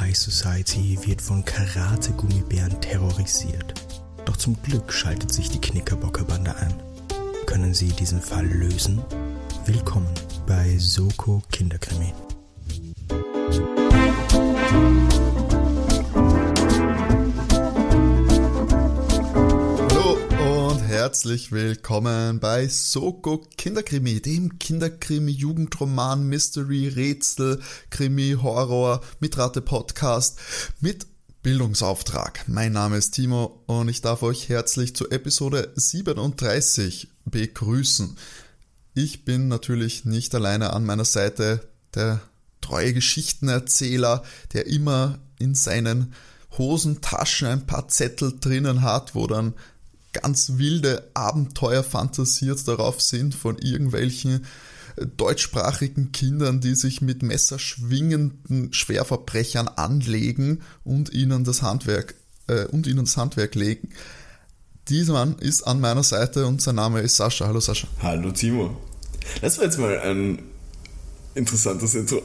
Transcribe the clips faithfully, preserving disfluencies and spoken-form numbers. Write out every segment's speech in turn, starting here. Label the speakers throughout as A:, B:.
A: High Society wird von Karate-Gummibären terrorisiert. Doch zum Glück schaltet sich die Knickerbocker-Bande ein. Können sie diesen Fall lösen? Willkommen bei Soko Kinderkrimi.
B: Herzlich willkommen bei Soko Kinderkrimi, dem Kinderkrimi-Jugendroman, Mystery, Rätsel, Krimi, Horror, Mitrate-Podcast mit Bildungsauftrag. Mein Name ist Timo und ich darf euch herzlich zur Episode siebenunddreißig begrüßen. Ich bin natürlich nicht alleine an meiner Seite, der treue Geschichtenerzähler, der immer in seinen Hosentaschen ein paar Zettel drinnen hat, wo dann ganz wilde Abenteuer fantasiert darauf sind von irgendwelchen deutschsprachigen Kindern, die sich mit messerschwingenden Schwerverbrechern anlegen und ihnen das Handwerk äh, und ihnen das Handwerk legen. Dieser Mann ist an meiner Seite und sein Name ist Sascha. Hallo Sascha.
C: Hallo Timo. Das war jetzt mal ein interessantes Intro.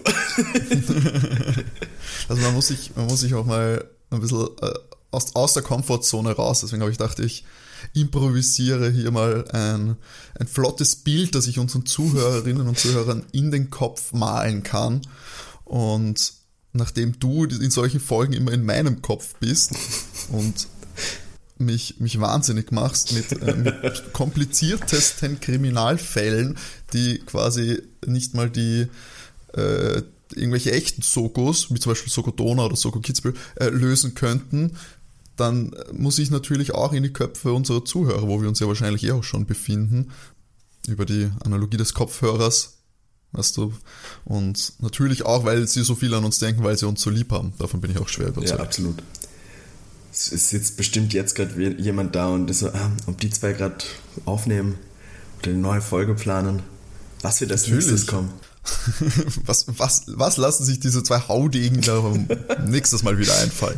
B: Also man muss sich, man muss sich auch mal ein bisschen äh, aus, aus der Komfortzone raus. Deswegen habe ich gedacht, ich improvisiere hier mal ein, ein flottes Bild, das ich unseren Zuhörerinnen und Zuhörern in den Kopf malen kann. Und nachdem du in solchen Folgen immer in meinem Kopf bist und mich, mich wahnsinnig machst mit, äh, mit kompliziertesten Kriminalfällen, die quasi nicht mal die äh, irgendwelche echten Sokos, wie zum Beispiel Soko Donau oder Soko Kitzbühel, äh, lösen könnten, dann muss ich natürlich auch in die Köpfe unserer Zuhörer, wo wir uns ja wahrscheinlich eh auch schon befinden, über die Analogie des Kopfhörers, weißt du, und natürlich auch, weil sie so viel an uns denken, weil sie uns so lieb haben. Davon bin ich auch schwer überzeugt.
C: Ja, absolut. Es sitzt bestimmt jetzt gerade jemand da und ist so, ah, ob die zwei gerade aufnehmen oder eine neue Folge planen, was wird als nächstes kommen.
B: was, was, was lassen sich diese zwei Haudegen da nächstes Mal wieder einfallen?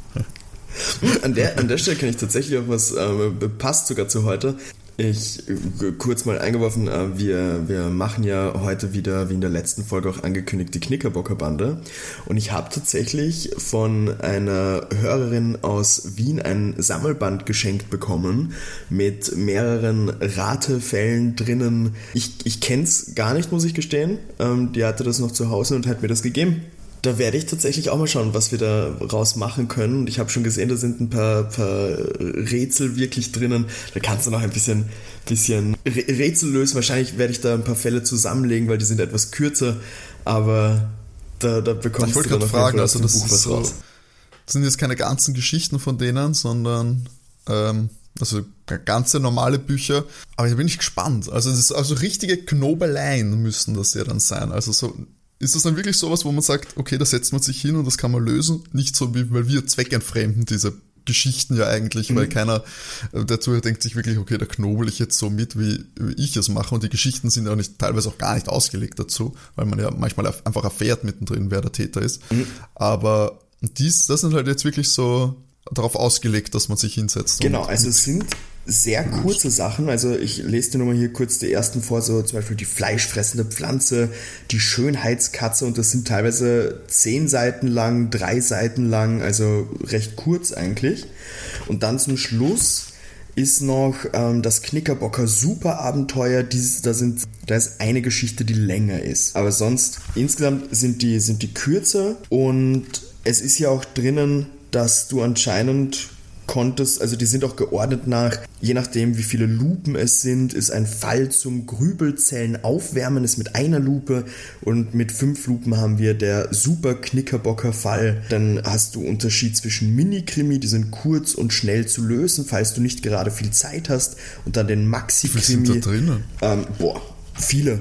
C: An der, an der Stelle kann ich tatsächlich auch was, äh, passt sogar zu heute. Ich, äh, kurz mal eingeworfen, äh, wir, wir machen ja heute wieder, wie in der letzten Folge auch angekündigt, die Knickerbocker-Bande. Und ich habe tatsächlich von einer Hörerin aus Wien ein Sammelband geschenkt bekommen mit mehreren Ratefällen drinnen. Ich, ich kenne es gar nicht, muss ich gestehen. Ähm, die hatte das noch zu Hause und hat mir das gegeben. Da werde ich tatsächlich auch mal schauen, was wir da raus machen können. Und ich habe schon gesehen, da sind ein paar, paar Rätsel wirklich drinnen. Da kannst du noch ein bisschen, bisschen Rätsel lösen. Wahrscheinlich werde ich da ein paar Fälle zusammenlegen, weil die sind etwas kürzer. Aber da, da bekommst
B: ich
C: du dann auf
B: fragen,
C: jeden Fall
B: also
C: aus dem Buch was
B: so,
C: raus.
B: Das sind jetzt keine ganzen Geschichten von denen, sondern ähm, also ganze normale Bücher. Aber da bin ich gespannt. Also, das ist also richtige Knobeleien müssen das ja dann sein. Also so... Ist das dann wirklich sowas, wo man sagt, okay, da setzt man sich hin und das kann man lösen? Nicht so, wie, weil wir zweckentfremden diese Geschichten ja eigentlich, mhm. weil keiner, der Zuhörer denkt sich wirklich, okay, da knobel ich jetzt so mit, wie, wie ich es mache. Und die Geschichten sind ja nicht, teilweise auch gar nicht ausgelegt dazu, weil man ja manchmal einfach erfährt mittendrin, wer der Täter ist. Mhm. Aber dies, das sind halt jetzt wirklich so darauf ausgelegt, dass man sich hinsetzt.
C: Genau, also es sind sehr kurze Sachen, also ich lese dir nochmal hier kurz die ersten vor, so zum Beispiel die fleischfressende Pflanze, die Schönheitskatze, und das sind teilweise zehn Seiten lang, drei Seiten lang, also recht kurz eigentlich. Und dann zum Schluss ist noch ähm, das Knickerbocker Superabenteuer, Dieses, da, sind, da ist eine Geschichte, die länger ist, aber sonst insgesamt sind die, sind die kürzer, und es ist ja auch drinnen, dass du anscheinend konntest, also die sind auch geordnet nach, je nachdem wie viele Lupen es sind, ist ein Fall zum Grübelzellen aufwärmen, ist mit einer Lupe, und mit fünf Lupen haben wir der Super Knickerbocker Fall. Dann hast du Unterschied zwischen Mini-Krimi, die sind kurz und schnell zu lösen, falls du nicht gerade viel Zeit hast, und dann den Maxi-Krimi.
B: Was sind da drinnen?
C: Ähm, boah, viele.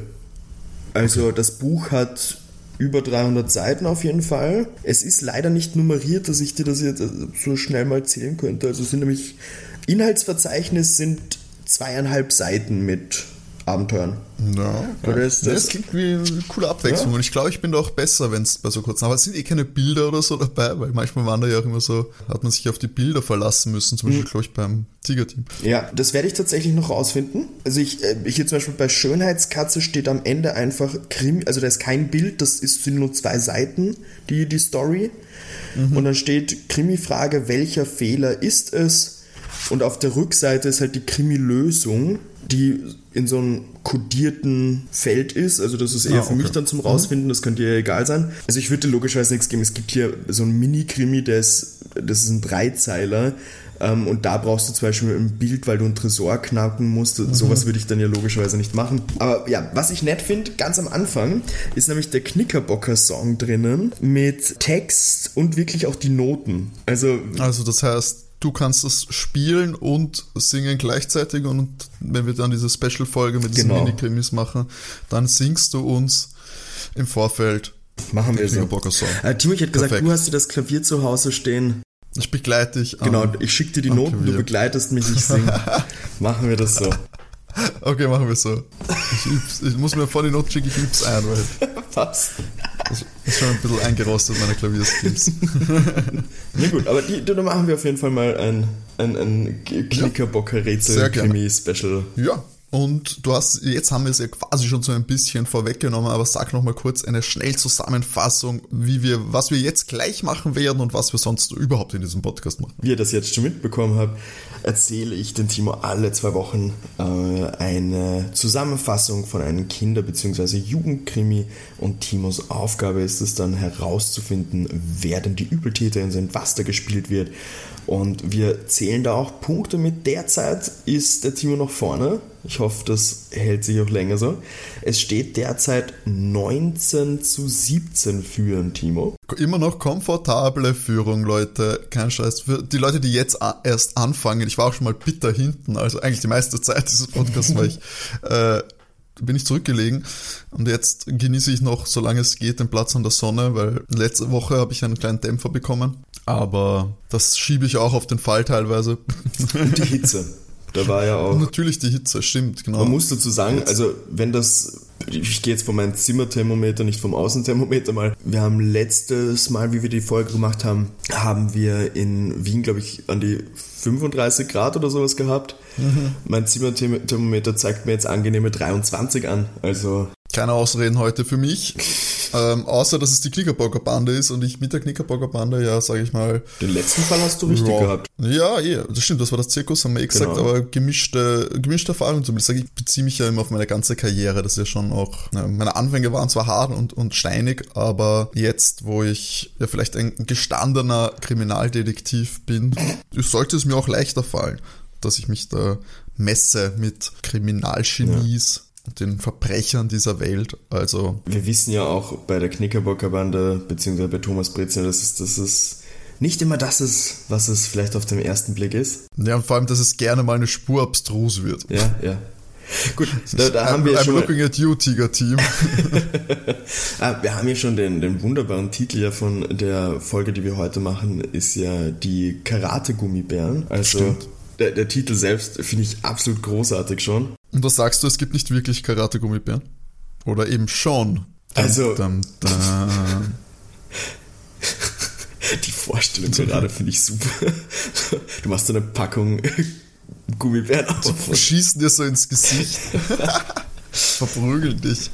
C: Also okay. Das Buch hat über dreihundert Seiten auf jeden Fall. Es ist leider nicht nummeriert, dass ich dir das jetzt so schnell mal zählen könnte. Also es sind nämlich, Inhaltsverzeichnis sind zweieinhalb Seiten mit Abenteuern.
B: Ja,
C: Oder
B: ja.
C: ist das,
B: das klingt wie eine coole Abwechslung. Ja. Und ich glaube, ich bin da auch besser, wenn es bei so kurzen. Aber es sind eh keine Bilder oder so dabei, weil manchmal waren da ja auch immer so, hat man sich auf die Bilder verlassen müssen, zum Beispiel, mhm. glaube ich, beim Tiger-Team.
C: Ja, das werde ich tatsächlich noch rausfinden. Also ich, hier zum Beispiel bei Schönheitskatze steht am Ende einfach Krimi, also da ist kein Bild, das ist, sind nur zwei Seiten, die, die Story. Mhm. Und dann steht Krimi-Frage, welcher Fehler ist es? Und auf der Rückseite ist halt die Krimi-Lösung, die in so einem kodierten Feld ist. Also das ist eher ah, okay. für mich dann zum Rausfinden, das könnte ja egal sein. Also ich würde logischerweise nichts geben. Es gibt hier so einen Mini-Krimi, der ist, das ist ein Dreizeiler. Ähm, und da brauchst du zum Beispiel ein Bild, weil du einen Tresor knacken musst. Mhm. Sowas würde ich dann ja logischerweise nicht machen. Aber ja, was ich nett finde, ganz am Anfang ist nämlich der Knickerbocker-Song drinnen mit Text und wirklich auch die Noten. Also,
B: also das heißt, du kannst es spielen und singen gleichzeitig und wenn wir dann diese Special-Folge mit diesen genau. Mini-Krimis machen, dann singst du uns im Vorfeld.
C: Machen wir so. Äh, Timo, ich hätte gesagt, du hast dir das Klavier zu Hause stehen.
B: Ich begleite dich.
C: Genau, ich schicke dir die Noten, Klavier. Du begleitest mich, ich singe. Machen wir das so.
B: Okay, machen wir so. Ich, üb's, ich muss mir vor die Noten schicken, ich üb's ein, weil
C: was?
B: Das ist schon ein bisschen eingerostet, meine Klavierskills.
C: Na gut, aber die, da machen wir auf jeden Fall mal ein, ein, ein Knickerbocker-Rätsel-Krimi-Special.
B: Ja, und du hast, jetzt haben wir es ja quasi schon so ein bisschen vorweggenommen, aber sag noch mal kurz eine Schnellzusammenfassung, wie wir, was wir jetzt gleich machen werden und was wir sonst überhaupt in diesem Podcast machen.
C: Wie ihr das jetzt schon mitbekommen habt, erzähle ich den Timo alle zwei Wochen äh, eine Zusammenfassung von einem Kinder- bzw. Jugendkrimi und Timos Aufgabe ist es dann herauszufinden, wer denn die Übeltäterin sind, was da gespielt wird. Und wir zählen da auch Punkte mit. Derzeit ist der Timo noch vorne. Ich hoffe, das hält sich auch länger so. Es steht derzeit neunzehn zu siebzehn für den Timo.
B: Immer noch komfortable Führung, Leute. Kein Scheiß. Für die Leute, die jetzt erst anfangen, ich war auch schon mal bitter hinten, also eigentlich die meiste Zeit dieses Podcasts war ich, äh, bin ich zurückgelegen und jetzt genieße ich noch, solange es geht, den Platz an der Sonne, weil letzte Woche habe ich einen kleinen Dämpfer bekommen, aber das schiebe ich auch auf den Fall teilweise.
C: Und die Hitze. Da war ja auch...
B: Und natürlich die Hitze, stimmt, genau.
C: Man muss dazu sagen, also wenn das... Ich gehe jetzt von meinem Zimmerthermometer, nicht vom Außenthermometer mal. Wir haben letztes Mal, wie wir die Folge gemacht haben, haben wir in Wien, glaube ich, an die fünfunddreißig Grad oder sowas gehabt. Mhm. Mein Zimmerthermometer zeigt mir jetzt angenehme dreiundzwanzig an, also...
B: Keine Ausreden heute für mich, ähm, außer dass es die Knickerbocker Bande ist und ich mit der Knickerbocker Bande, ja, sage ich mal...
C: Den letzten Fall hast du richtig ja, gehabt.
B: Ja, eh, das stimmt, das war das Zirkus, haben wir eh gesagt, genau. Aber gemischte, gemischte Erfahrung zumindest. Ich beziehe mich ja immer auf meine ganze Karriere, das ist ja schon auch... Ja, meine Anfänge waren zwar hart und, und steinig, aber jetzt, wo ich ja vielleicht ein gestandener Kriminaldetektiv bin, sollte es mir auch leichter fallen, dass ich mich da messe mit Kriminalgenies. Ja. Den Verbrechern dieser Welt, also...
C: Wir wissen ja auch bei der Knickerbocker Bande, beziehungsweise bei Thomas Brezner, dass es, dass es nicht immer das ist, was es vielleicht auf den ersten Blick ist.
B: Ja, und vor allem, dass es gerne mal eine Spur abstrus wird.
C: Ja, ja. Gut, da, da haben wir
B: I'm
C: schon...
B: I'm looking at you, Tiger-Team.
C: ah, wir haben ja schon den, den wunderbaren Titel ja von der Folge, die wir heute machen, ist ja die Karate-Gummibären. Also Stimmt. Der, der Titel selbst finde ich absolut großartig schon.
B: Und was sagst du, es gibt nicht wirklich Karate-Gummibären? Oder eben schon?
C: Also...
B: Dum, dum, dum.
C: Die Vorstellung gerade finde ich super. Du machst so eine Packung Gummibären auf.
B: Die schießen dir so ins Gesicht. Verprügeln dich.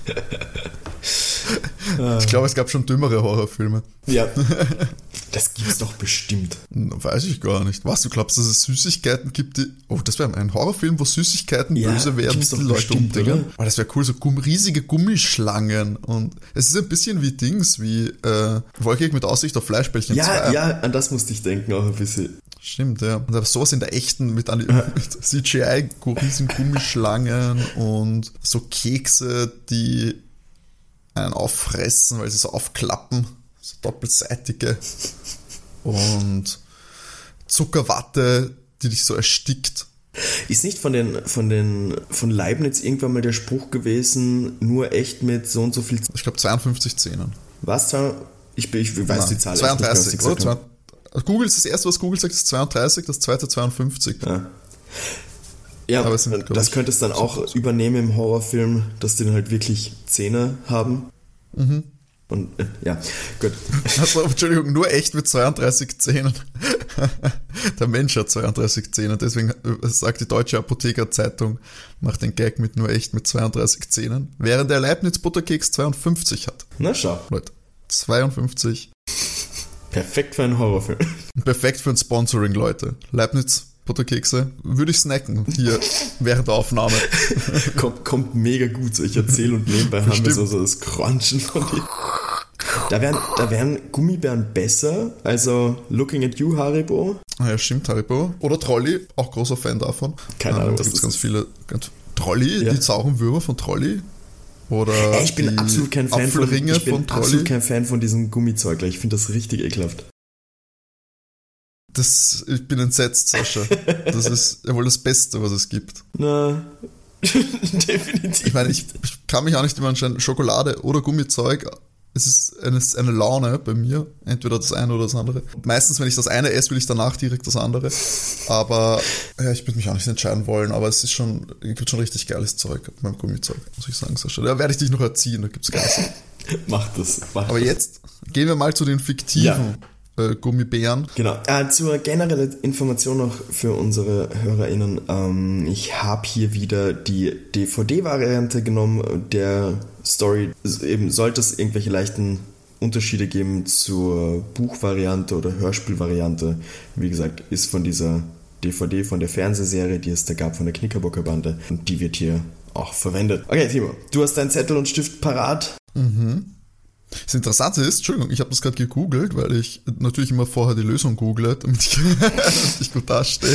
B: Ich glaube, es gab schon dümmere Horrorfilme.
C: Ja, das gibt's doch bestimmt.
B: Weiß ich gar nicht. Was, du glaubst, dass es Süßigkeiten gibt, die... Oh, das wäre ein Horrorfilm, wo Süßigkeiten ja, böse werden, die Leute umbringen. Oh, das wäre cool, so gumm, riesige Gummischlangen. Und es ist ein bisschen wie Dings, wie äh, Wolkig mit Aussicht auf Fleischbällchen
C: ja,
B: zwei.
C: Ja, an das musste ich denken auch ein bisschen.
B: Stimmt, ja. Und sowas in der echten mit, mit C G I, riesen Gummischlangen und so Kekse, die einen auffressen, weil sie so aufklappen, so doppelseitige und Zuckerwatte, die dich so erstickt.
C: Ist nicht von den von den von Leibniz irgendwann mal der Spruch gewesen, nur echt mit so und so viel...
B: Ich glaube zweiundfünfzig Zähnen.
C: Was? Ich, ich weiß Nein, die Zahl.
B: zweiunddreißig, nicht, oder? Google ist das erste, was Google sagt, ist zweiunddreißig, das zweite zweiundfünfzig.
C: Ja. Ja,
B: aber es sind,
C: das könnte es dann auch übernehmen im Horrorfilm, dass die dann halt wirklich Zähne haben.
B: Mhm.
C: Und äh, ja, gut.
B: Also, Entschuldigung, nur echt mit zweiunddreißig Zähnen. Der Mensch hat zweiunddreißig Zähne, deswegen sagt die Deutsche Apothekerzeitung, macht den Gag mit nur echt mit zweiunddreißig Zähnen, während der Leibniz-Butterkeks zweiundfünfzig hat.
C: Na schau.
B: Leute, zweiundfünfzig.
C: Perfekt für einen Horrorfilm.
B: Perfekt für ein Sponsoring, Leute. Leibniz Butterkekse würde ich snacken hier während der Aufnahme.
C: kommt, kommt mega gut. So, ich erzähle und nebenbei haben wir so, so das Crunchen von dir. Da wären, da wären Gummibären besser. Also Looking at You, Haribo.
B: Ah ja, stimmt, Haribo. Oder Trolli, auch großer Fan davon.
C: Keine Ahnung,
B: ähm, da gibt es ganz viele. Ganz, Trolli, ja. Die sauren Würmer von Trolli. Oder
C: Ey, ich bin absolut kein Fan von, ich bin
B: von Trolli.
C: absolut kein Fan von diesem Gummizeug. Ich finde das richtig ekelhaft.
B: Das, ich bin entsetzt, Sascha. Das ist ja wohl das Beste, was es gibt.
C: Na, definitiv.
B: Ich meine, ich, ich kann mich auch nicht immer entscheiden, Schokolade oder Gummizeug. Es ist eine, eine Laune bei mir. Entweder das eine oder das andere. Meistens, wenn ich das eine esse, will ich danach direkt das andere. Aber ja, ich würde mich auch nicht entscheiden wollen. Aber es ist schon, es gibt schon richtig geiles Zeug beim Gummizeug, muss ich sagen, Sascha. Da werde ich dich noch erziehen, da gibt es geiles.
C: Mach das. Mach
B: aber
C: das.
B: Jetzt gehen wir mal zu den fiktiven. Ja. Gummibären.
C: Genau. Äh, zur generellen Information noch für unsere HörerInnen. Ähm, ich habe hier wieder die D V D-Variante genommen der Story. Eben sollte es irgendwelche leichten Unterschiede geben zur Buchvariante oder Hörspielvariante. Wie gesagt, ist von dieser D V D, von der Fernsehserie, die es da gab, von der Knickerbocker-Bande. Und die wird hier auch verwendet. Okay, Timo, du hast deinen Zettel und Stift parat.
B: Mhm. Das Interessante ist, Entschuldigung, ich habe das gerade gegoogelt, weil ich natürlich immer vorher die Lösung google, damit ich, damit ich gut dastehe.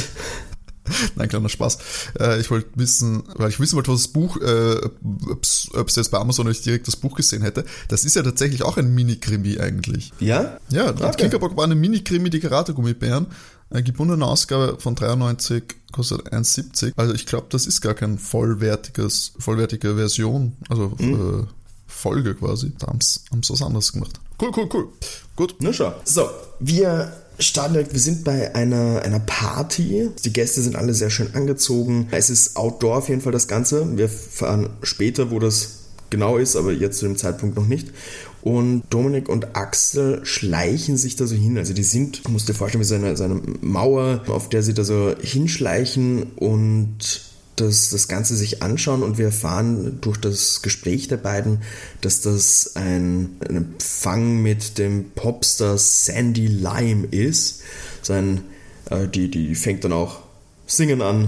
B: Nein, kleiner Spaß. Äh, ich wollte wissen, weil ich wissen wollte, was das Buch, äh, ob es jetzt bei Amazon nicht direkt das Buch gesehen hätte. Das ist ja tatsächlich auch ein Mini-Krimi eigentlich.
C: Ja?
B: Ja, okay. Knickerbocker war eine Mini-Krimi, die Karate-Gummibären. Eine gebundene Ausgabe von dreiundneunzig, kostet eins siebzig. Also ich glaube, das ist gar kein vollwertiges, vollwertige Version. Also, mhm. äh, Folge quasi. Da haben sie was anderes gemacht. Cool, cool, cool. Gut.
C: Na schau. So, wir starten direkt. Wir sind bei einer, einer Party. Die Gäste sind alle sehr schön angezogen. Es ist Outdoor auf jeden Fall das Ganze. Wir fahren später, wo das genau ist, aber jetzt zu dem Zeitpunkt noch nicht. Und Dominik und Axel schleichen sich da so hin. Also die sind, ich muss dir vorstellen, wie so eine, so eine Mauer, auf der sie da so hinschleichen und Das, das Ganze sich anschauen, und wir erfahren durch das Gespräch der beiden, dass das ein, ein Empfang mit dem Popstar Sandy Lime ist. Sein, äh, die, die fängt dann auch singen an,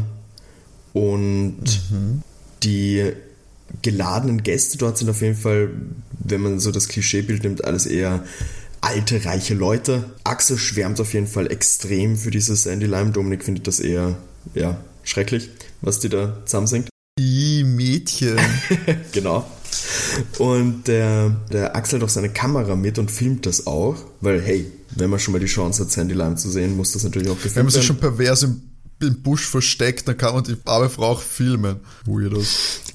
C: und mhm. die geladenen Gäste dort sind auf jeden Fall, wenn man so das Klischeebild nimmt, alles eher alte, reiche Leute. Axel schwärmt auf jeden Fall extrem für dieses Sandy Lime. Dominik findet das eher, ja, schrecklich, was die da zusammen singt.
B: Die Mädchen.
C: Genau. Und der, der Axel hat auch seine Kamera mit und filmt das auch, weil, hey, wenn man schon mal die Chance hat, Sandy Lime zu sehen, muss das natürlich auch gefilmt werden.
B: Wenn man sich schon pervers im, im Busch versteckt, dann kann man die arme Frau auch filmen. Weirdos.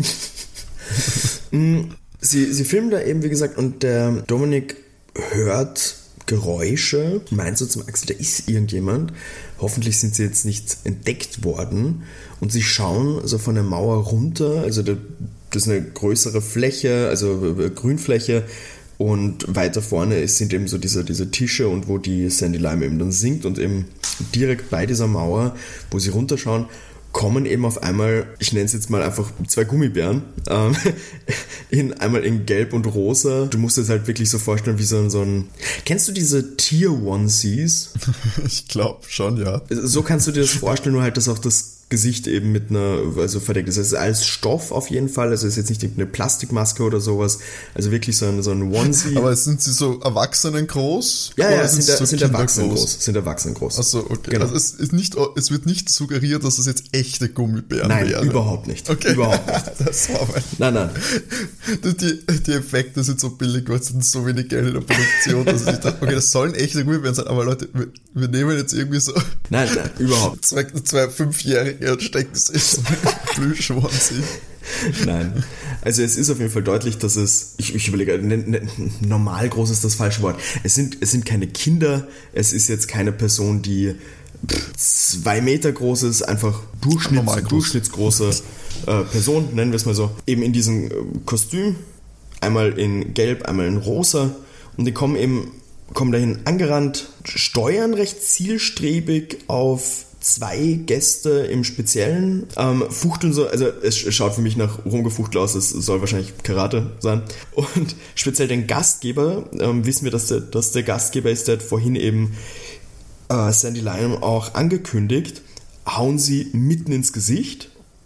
C: sie, sie filmen da eben, wie gesagt, und der Dominik hört Geräusche, meint so zum Axel, da ist irgendjemand. Hoffentlich sind sie jetzt nicht entdeckt worden. Und sie schauen so von der Mauer runter, also das ist eine größere Fläche, also Grünfläche, und weiter vorne sind eben so diese, diese Tische, und wo die Sandy Lime eben dann singt, und eben direkt bei dieser Mauer, wo sie runterschauen, kommen eben auf einmal, ich nenne es jetzt mal einfach zwei Gummibären, ähm, in, einmal in Gelb und Rosa. Du musst es halt wirklich so vorstellen wie so ein, so ein... Kennst du diese Tier-Onesies?
B: Ich glaube schon, ja.
C: So kannst du dir das vorstellen, nur halt, dass auch das Gesicht eben mit einer, also verdeckt ist. Also alles Stoff auf jeden Fall, also es ist jetzt nicht eine Plastikmaske oder sowas, also wirklich so ein, so ein Onesie.
B: Aber sind sie so Erwachsenen groß?
C: Ja, ja, sind, so sind Erwachsenen groß? groß. Sind Erwachsenen groß.
B: Achso, okay.
C: Genau.
B: Also es ist nicht, es wird nicht suggeriert, dass es jetzt echte Gummibären
C: Nein,
B: wären.
C: überhaupt nicht.
B: Okay.
C: Überhaupt nicht.
B: Das war mein...
C: Nein, nein.
B: Die, die Effekte sind so billig, weil es sind so wenig Geld in der Produktion, dass ich dachte, okay, das sollen echte Gummibären sein, aber Leute, wir, wir nehmen jetzt irgendwie so...
C: Nein, nein, überhaupt.
B: Zwei, zwei Fünfjährige und stecken sie Plüsch-Onesie.
C: Nein. Also es ist auf jeden Fall deutlich, dass es, ich, ich überlege, ne, ne, normal groß ist das falsche Wort. Es sind, es sind keine Kinder, es ist jetzt keine Person, die zwei Meter großes, einfach Durchschnitts,
B: Normal groß.
C: durchschnittsgroße äh, Person, nennen wir es mal so, eben in diesem äh, Kostüm, einmal in Gelb, einmal in Rosa, und die kommen eben, kommen dahin angerannt, steuern recht zielstrebig auf zwei Gäste im Speziellen, ähm, fuchteln so, also es schaut für mich nach Rumgefuchtel aus, es soll wahrscheinlich Karate sein, und speziell den Gastgeber, ähm, wissen wir, dass der, dass der Gastgeber ist, der hat vorhin eben äh, Sandy Lime auch angekündigt, hauen sie mitten ins Gesicht.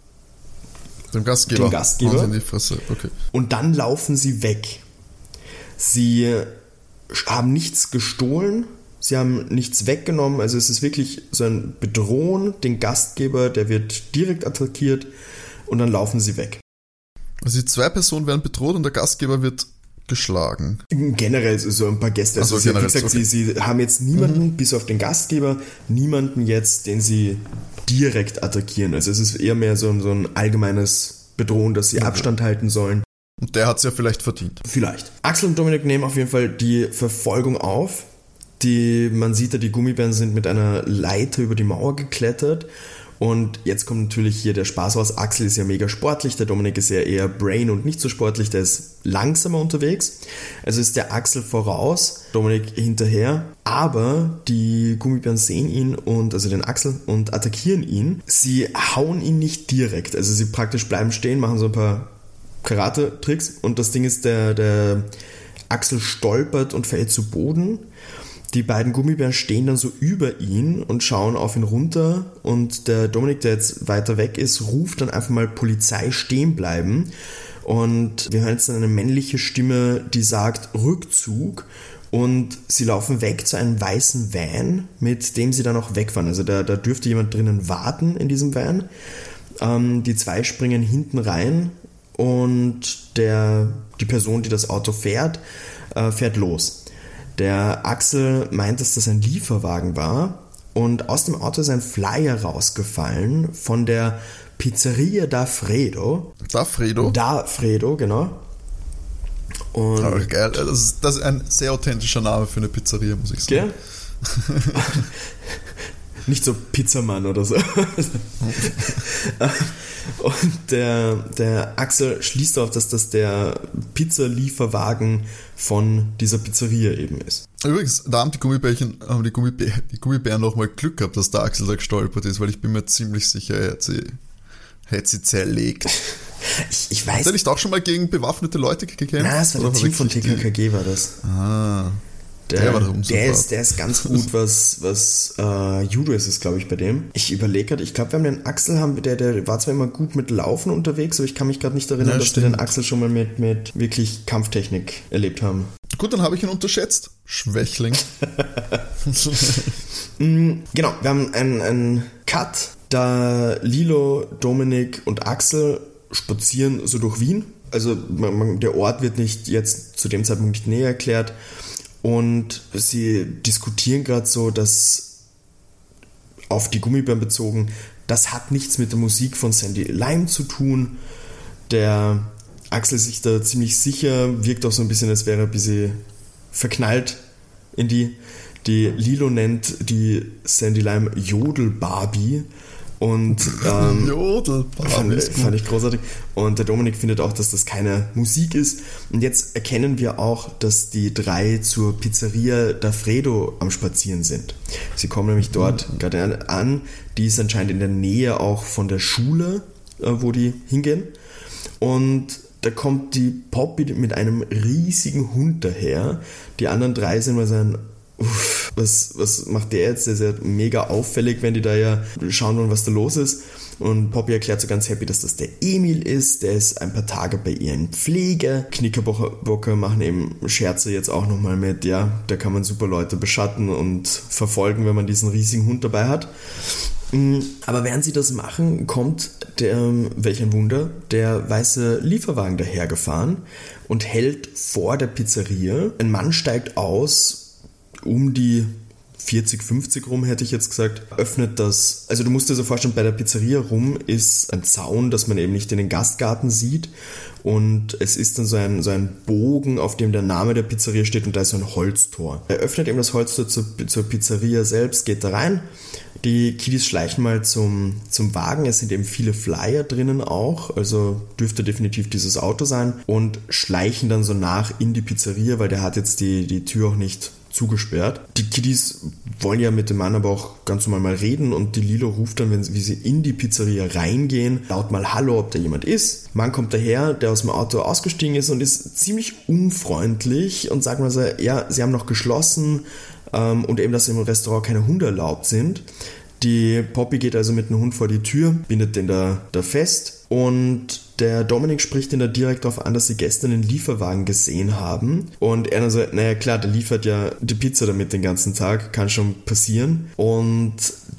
B: Dem Gastgeber.
C: Dem Gastgeber.
B: Hauen sie in die Fresse. Okay.
C: Und dann laufen sie weg. Sie haben nichts gestohlen, sie haben nichts weggenommen, also es ist wirklich so ein Bedrohen, den Gastgeber, der wird direkt attackiert und dann laufen sie weg.
B: Also die zwei Personen werden bedroht und der Gastgeber wird geschlagen.
C: Generell so ein paar Gäste. Also,
B: Ach so,
C: sie, wie
B: generell,
C: gesagt,
B: okay.
C: sie, sie haben jetzt niemanden,
B: Mhm.
C: bis auf den Gastgeber, niemanden jetzt, den sie direkt attackieren. Also es ist eher mehr so, ein- so ein allgemeines Bedrohen, dass sie
B: Okay.
C: Abstand halten sollen.
B: Und der hat es ja vielleicht verdient.
C: Vielleicht. Axel und Dominik nehmen auf jeden Fall die Verfolgung auf. Die, man sieht ja, die Gummibären sind mit einer Leiter über die Mauer geklettert. Und jetzt kommt natürlich hier der Spaß raus. Axel ist ja mega sportlich, der Dominik ist ja eher Brain und nicht so sportlich, der ist langsamer unterwegs. Also ist der Axel voraus, Dominik hinterher. Aber die Gummibären sehen ihn, und also den Axel, und attackieren ihn. Sie hauen ihn nicht direkt, also sie praktisch bleiben stehen, machen so ein paar Karate-Tricks, und das Ding ist, der, der Axel stolpert und fällt zu Boden. Die beiden Gummibären stehen dann so über ihn und schauen auf ihn runter, und der Dominik, der jetzt weiter weg ist, ruft dann einfach mal Polizei, stehen bleiben, und wir hören jetzt dann eine männliche Stimme, die sagt Rückzug, und sie laufen weg zu einem weißen Van, mit dem sie dann auch wegfahren. Also da, da dürfte jemand drinnen warten in diesem Van. Ähm, die zwei springen hinten rein, und der, die Person, die das Auto fährt, äh, fährt los. Der Axel meint, dass das ein Lieferwagen war, und aus dem Auto ist ein Flyer rausgefallen von der Pizzeria da Fredo.
B: Da Fredo.
C: Da Fredo, genau. Und
B: Ah, geil. Das ist, das ist ein sehr authentischer Name für eine Pizzeria, muss ich sagen.
C: Gell? Nicht so Pizzamann oder so. Und der, der Axel schließt darauf, dass das der Pizzalieferwagen von dieser Pizzeria eben ist.
B: Übrigens, da haben die Gummibärchen, haben die, Gummibär, die Gummibären nochmal Glück gehabt, dass der Axel da gestolpert ist, weil ich bin mir ziemlich sicher, er hat sie, hätte sie zerlegt.
C: Ich, ich weiß
B: Hat er nicht auch schon mal gegen bewaffnete Leute gekämpft?
C: Na, es war der
B: Oder
C: Typ von
B: verwechsel
C: T
B: ich
C: K
B: die?
C: K G war das.
B: Ah.
C: Der,
B: Der
C: der,
B: war der Umsupport.
C: ist, der ist ganz gut, was, was äh, Judo ist es, glaube ich, bei dem. Ich überlege gerade, ich glaube, wir haben den Axel, haben, der, der war zwar immer gut mit Laufen unterwegs, aber ich kann mich gerade nicht erinnern,
B: Ja,
C: dass
B: stimmt.
C: wir den Axel schon mal mit, mit wirklich Kampftechnik erlebt haben.
B: Gut, dann habe ich ihn unterschätzt. Schwächling.
C: Genau, wir haben einen, einen Cut, da Lilo, Dominik und Axel spazieren so durch Wien. Also man, man, der Ort wird nicht jetzt zu dem Zeitpunkt nicht näher erklärt. Und sie diskutieren gerade so, dass auf die Gummibären bezogen, das hat nichts mit der Musik von Sandy Lime zu tun. Der Axel ist sich da ziemlich sicher, wirkt auch so ein bisschen, als wäre er ein bisschen verknallt in die. Die Lilo nennt die Sandy Lime Jodel-Barbie. Und ähm,
B: Jodel.
C: fand, fand ich großartig. Und der Dominik findet auch, dass das keine Musik ist. Und jetzt erkennen wir auch, dass die drei zur Pizzeria da Fredo am Spazieren sind. Sie kommen nämlich dort mhm. gerade an. Die ist anscheinend in der Nähe auch von der Schule, wo die hingehen. Und da kommt die Poppy mit einem riesigen Hund daher. Die anderen drei sind mal so ein Uff, was, was macht der jetzt? Der ist ja mega auffällig, wenn die da ja schauen wollen, was da los ist. Und Poppy erklärt so ganz happy, dass das der Emil ist. Der ist ein paar Tage bei ihr in Pflege. Knickerbocker machen eben Scherze jetzt auch nochmal mit. Ja, da kann man super Leute beschatten und verfolgen, wenn man diesen riesigen Hund dabei hat. Aber während sie das machen, kommt der, welch ein Wunder, der weiße Lieferwagen dahergefahren und hält vor der Pizzeria. Ein Mann steigt aus, um die vierzig, fünfzig rum, hätte ich jetzt gesagt, öffnet das, also du musst dir so vorstellen, bei der Pizzeria rum ist ein Zaun, dass man eben nicht in den Gastgarten sieht, und es ist dann so ein, so ein Bogen, auf dem der Name der Pizzeria steht, und da ist so ein Holztor. Er öffnet eben das Holztor zur, zur Pizzeria selbst, geht da rein, Die Kiddies schleichen mal zum, zum Wagen. Es sind eben viele Flyer drinnen auch, also dürfte definitiv dieses Auto sein, und schleichen dann so nach in die Pizzeria, weil der hat jetzt die, die Tür auch nicht zugesperrt. Die Kiddies wollen ja mit dem Mann aber auch ganz normal mal reden, und die Lilo ruft dann, wenn sie, wie sie in die Pizzeria reingehen, laut mal Hallo, ob da jemand ist. Mann kommt daher, der aus dem Auto ausgestiegen ist und ist ziemlich unfreundlich und sagt mal so, ja, sie haben noch geschlossen, ähm, und eben, dass im Restaurant keine Hunde erlaubt sind. Die Poppy geht also mit dem Hund vor die Tür, bindet den da, da fest, und der Dominik spricht ihn da direkt darauf an, dass sie gestern einen Lieferwagen gesehen haben. Und er dann so, naja klar, der liefert ja die Pizza damit den ganzen Tag, kann schon passieren. Und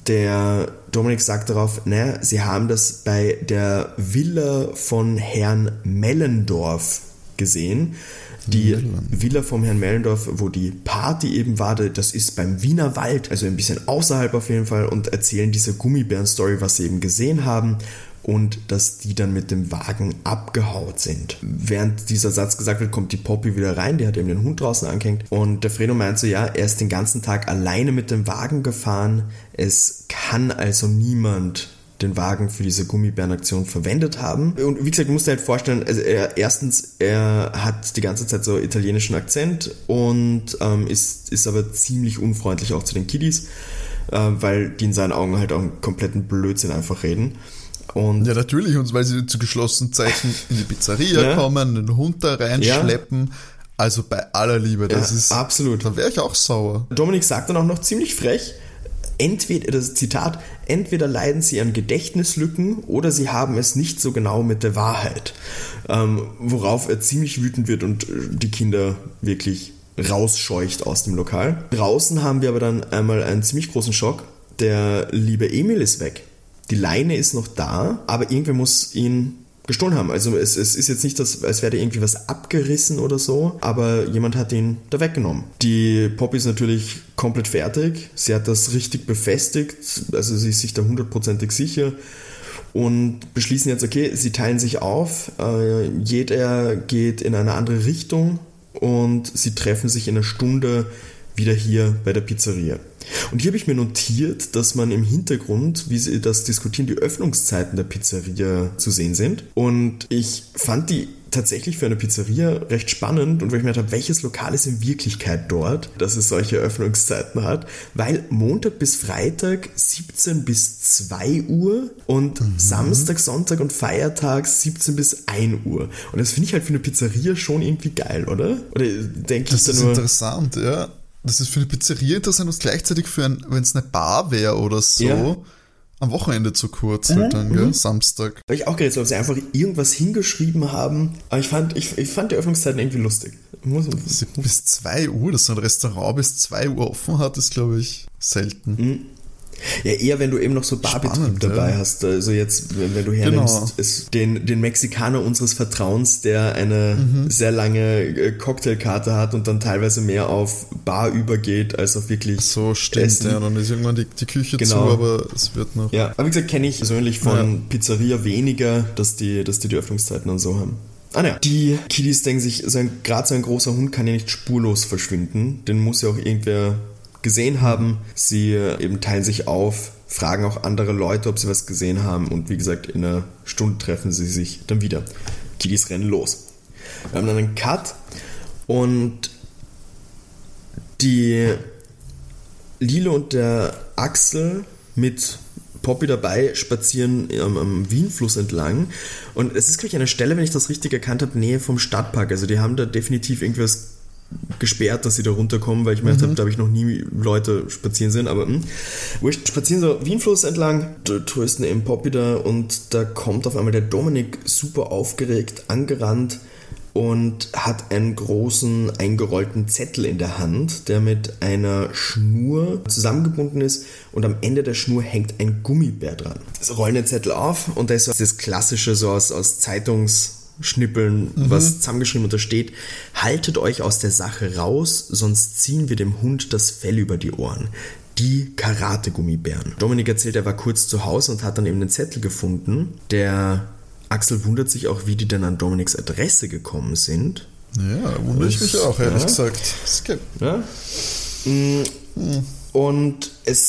C: der Dominik sagt darauf, naja, sie haben das bei der Villa von Herrn Mellendorf gesehen. Die Villa vom Herrn Mellendorf, wo die Party eben war, das ist beim Wiener Wald, also ein bisschen außerhalb auf jeden Fall, und erzählen diese Gummibären-Story, was sie eben gesehen haben, und dass die dann mit dem Wagen abgehaut sind. Während dieser Satz gesagt wird, kommt die Poppy wieder rein, die hat eben den Hund draußen angehängt, und der Fredo meint so, ja, er ist den ganzen Tag alleine mit dem Wagen gefahren, es kann also niemand den Wagen für diese Gummibärenaktion verwendet haben. Und wie gesagt, du musst dir halt vorstellen, also er, erstens, er hat die ganze Zeit so italienischen Akzent und ähm, ist, ist aber ziemlich unfreundlich auch zu den Kiddies, äh, weil die in seinen Augen halt auch einen kompletten Blödsinn einfach reden. Und
B: ja, natürlich, und weil sie zu geschlossenen Zeiten in die Pizzeria ja. kommen, einen Hund da reinschleppen. Ja. Also bei aller Liebe, das
C: ja,
B: ist...
C: absolut.
B: Da wäre ich auch sauer.
C: Dominik sagt dann auch noch ziemlich frech, entweder, das Zitat, entweder leiden sie an Gedächtnislücken oder sie haben es nicht so genau mit der Wahrheit. Ähm, worauf er ziemlich wütend wird und die Kinder wirklich rausscheucht aus dem Lokal. Draußen haben wir aber dann einmal einen ziemlich großen Schock. Der liebe Emil ist weg. Die Leine ist noch da, aber irgendwer muss ihn gestohlen haben. Also es, es ist jetzt nicht, dass, als wäre da irgendwie was abgerissen oder so, aber jemand hat ihn da weggenommen. Die Poppy ist natürlich komplett fertig. Sie hat das richtig befestigt, also sie ist sich da hundertprozentig sicher, und beschließen jetzt, okay, sie teilen sich auf, äh, jeder geht in eine andere Richtung und sie treffen sich in einer Stunde wieder hier bei der Pizzeria. Und hier habe ich mir notiert, dass man im Hintergrund, wie sie das diskutieren, die Öffnungszeiten der Pizzeria zu sehen sind. Und ich fand die tatsächlich für eine Pizzeria recht spannend, und weil ich mir gedacht habe, welches Lokal ist in Wirklichkeit dort, dass es solche Öffnungszeiten hat, weil Montag bis Freitag siebzehn bis zwei Uhr und mhm. Samstag, Sonntag und Feiertag siebzehn bis ein Uhr. Und das finde ich halt für eine Pizzeria schon irgendwie geil, oder? Oder denke ich da nur...
B: Das ist interessant, ja. Das ist für eine Pizzeria interessant und gleichzeitig für ein, wenn es eine Bar wäre oder so, ja. am Wochenende zu kurz, halt dann, mhm. gell? Samstag.
C: Habe ich auch gedacht, ob sie einfach irgendwas hingeschrieben haben. Aber ich fand, ich, ich fand die Öffnungszeiten irgendwie lustig. Muss, muss.
B: Bis zwei Uhr, dass so ein Restaurant bis zwei Uhr offen hat, ist, glaube ich, selten.
C: Mhm. Ja, eher wenn du eben noch so Barbetrieb Spannend, dabei ja. hast. Also jetzt, wenn, wenn du hernimmst, genau. ist den, den Mexikaner unseres Vertrauens, der eine mhm. sehr lange Cocktailkarte hat und dann teilweise mehr auf Bar übergeht, als auf wirklich
B: so stimmt, Essen. Ja, dann ist irgendwann die, die Küche genau. zu, aber es wird noch...
C: Ja, aber wie gesagt, kenne ich persönlich von ja. Pizzeria weniger, dass die, dass die die Öffnungszeiten dann so haben. Ah ja, die Kiddies denken sich, so gerade so ein großer Hund kann ja nicht spurlos verschwinden, den muss ja auch irgendwer gesehen haben. Sie eben teilen sich auf, fragen auch andere Leute, ob sie was gesehen haben, und wie gesagt, in einer Stunde treffen sie sich dann wieder. Kiddies rennen los. Wir haben dann einen Cut, und die Lilo und der Axel mit Poppy dabei spazieren am, am Wienfluss entlang, und es ist, glaube ich, eine Stelle, wenn ich das richtig erkannt habe, Nähe vom Stadtpark. Also die haben da definitiv irgendwas gesperrt, dass sie da runterkommen, weil ich mir gedacht habe, da habe ich noch nie Leute spazieren sehen, aber mh. wurscht, spazieren so Wienfluss entlang, trösten eben Poppy da, und da kommt auf einmal der Dominik super aufgeregt angerannt und hat einen großen eingerollten Zettel in der Hand, der mit einer Schnur zusammengebunden ist, und am Ende der Schnur hängt ein Gummibär dran. Sie rollen den Zettel auf, und da ist so das klassische so aus, aus Zeitungs Schnippeln, mhm. was zusammengeschrieben und da steht: Haltet euch aus der Sache raus, sonst ziehen wir dem Hund das Fell über die Ohren. Die Karate-Gummibären. Dominik erzählt, er war kurz zu Hause und hat dann eben den Zettel gefunden. Der Axel wundert sich auch, wie die denn an Dominiks Adresse gekommen sind.
B: Ja, da wundere ich mich auch, ehrlich ja. gesagt.
C: Ja. Und es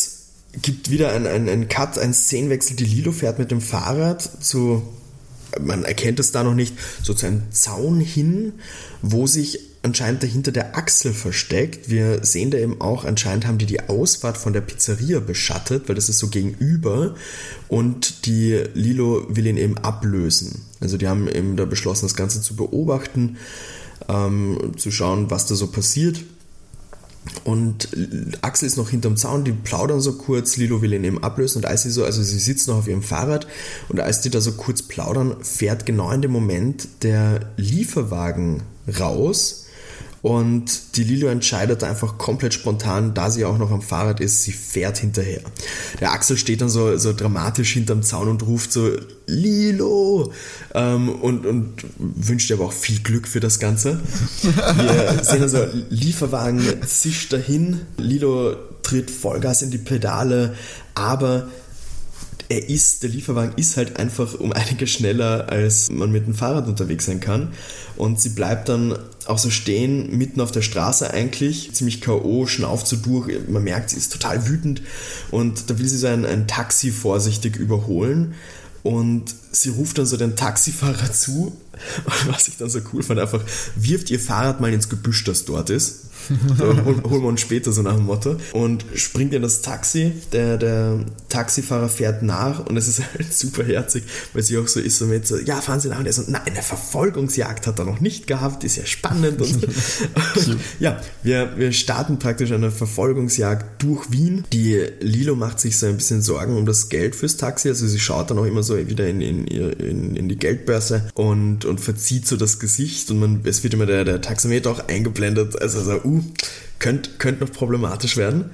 C: gibt wieder einen ein Cut, einen Szenenwechsel. Die Lilo fährt mit dem Fahrrad zu, man erkennt es da noch nicht, so zu einem Zaun hin, wo sich anscheinend dahinter der Axel versteckt. Wir sehen da eben auch, anscheinend haben die die Ausfahrt von der Pizzeria beschattet, weil das ist so gegenüber und die Lilo will ihn eben ablösen. Also die haben eben da beschlossen, das Ganze zu beobachten, ähm, zu schauen, was da so passiert. Und Axel ist noch hinterm Zaun, die plaudern so kurz, Lilo will ihn eben ablösen und als sie so, also sie sitzt noch auf ihrem Fahrrad und als die da so kurz plaudern, fährt genau in dem Moment der Lieferwagen raus und die Lilo entscheidet einfach komplett spontan, da sie auch noch am Fahrrad ist, sie fährt hinterher. Der Axel steht dann so, so dramatisch hinterm Zaun und ruft so, Lilo! Ähm, und, und wünscht ihr aber auch viel Glück für das Ganze. Wir sehen also, Lieferwagen zischt dahin, Lilo tritt Vollgas in die Pedale, aber er ist, der Lieferwagen ist halt einfach um einiges schneller, als man mit dem Fahrrad unterwegs sein kann. Und sie bleibt dann auch so stehen, mitten auf der Straße eigentlich, ziemlich K O, schnauft so durch. Man merkt, sie ist total wütend und da will sie so ein, ein Taxi vorsichtig überholen. Und sie ruft dann so den Taxifahrer zu, was ich dann so cool fand, einfach wirft ihr Fahrrad mal ins Gebüsch, das dort ist. So, holen, holen wir uns später so nach dem Motto. Und springt in das Taxi, der, der Taxifahrer fährt nach und es ist halt super herzig, weil sie auch so ist, so mit so, ja, fahren Sie nach und er so, nein, eine Verfolgungsjagd hat er noch nicht gehabt, ist ja spannend. Und, und ja, wir, wir starten praktisch eine Verfolgungsjagd durch Wien. Die Lilo macht sich so ein bisschen Sorgen um das Geld fürs Taxi, also sie schaut dann auch immer so wieder in, in, in, in die Geldbörse und, und verzieht so das Gesicht und man, es wird immer der, der Taxameter auch eingeblendet, also so, uh, könnte könnt noch problematisch werden.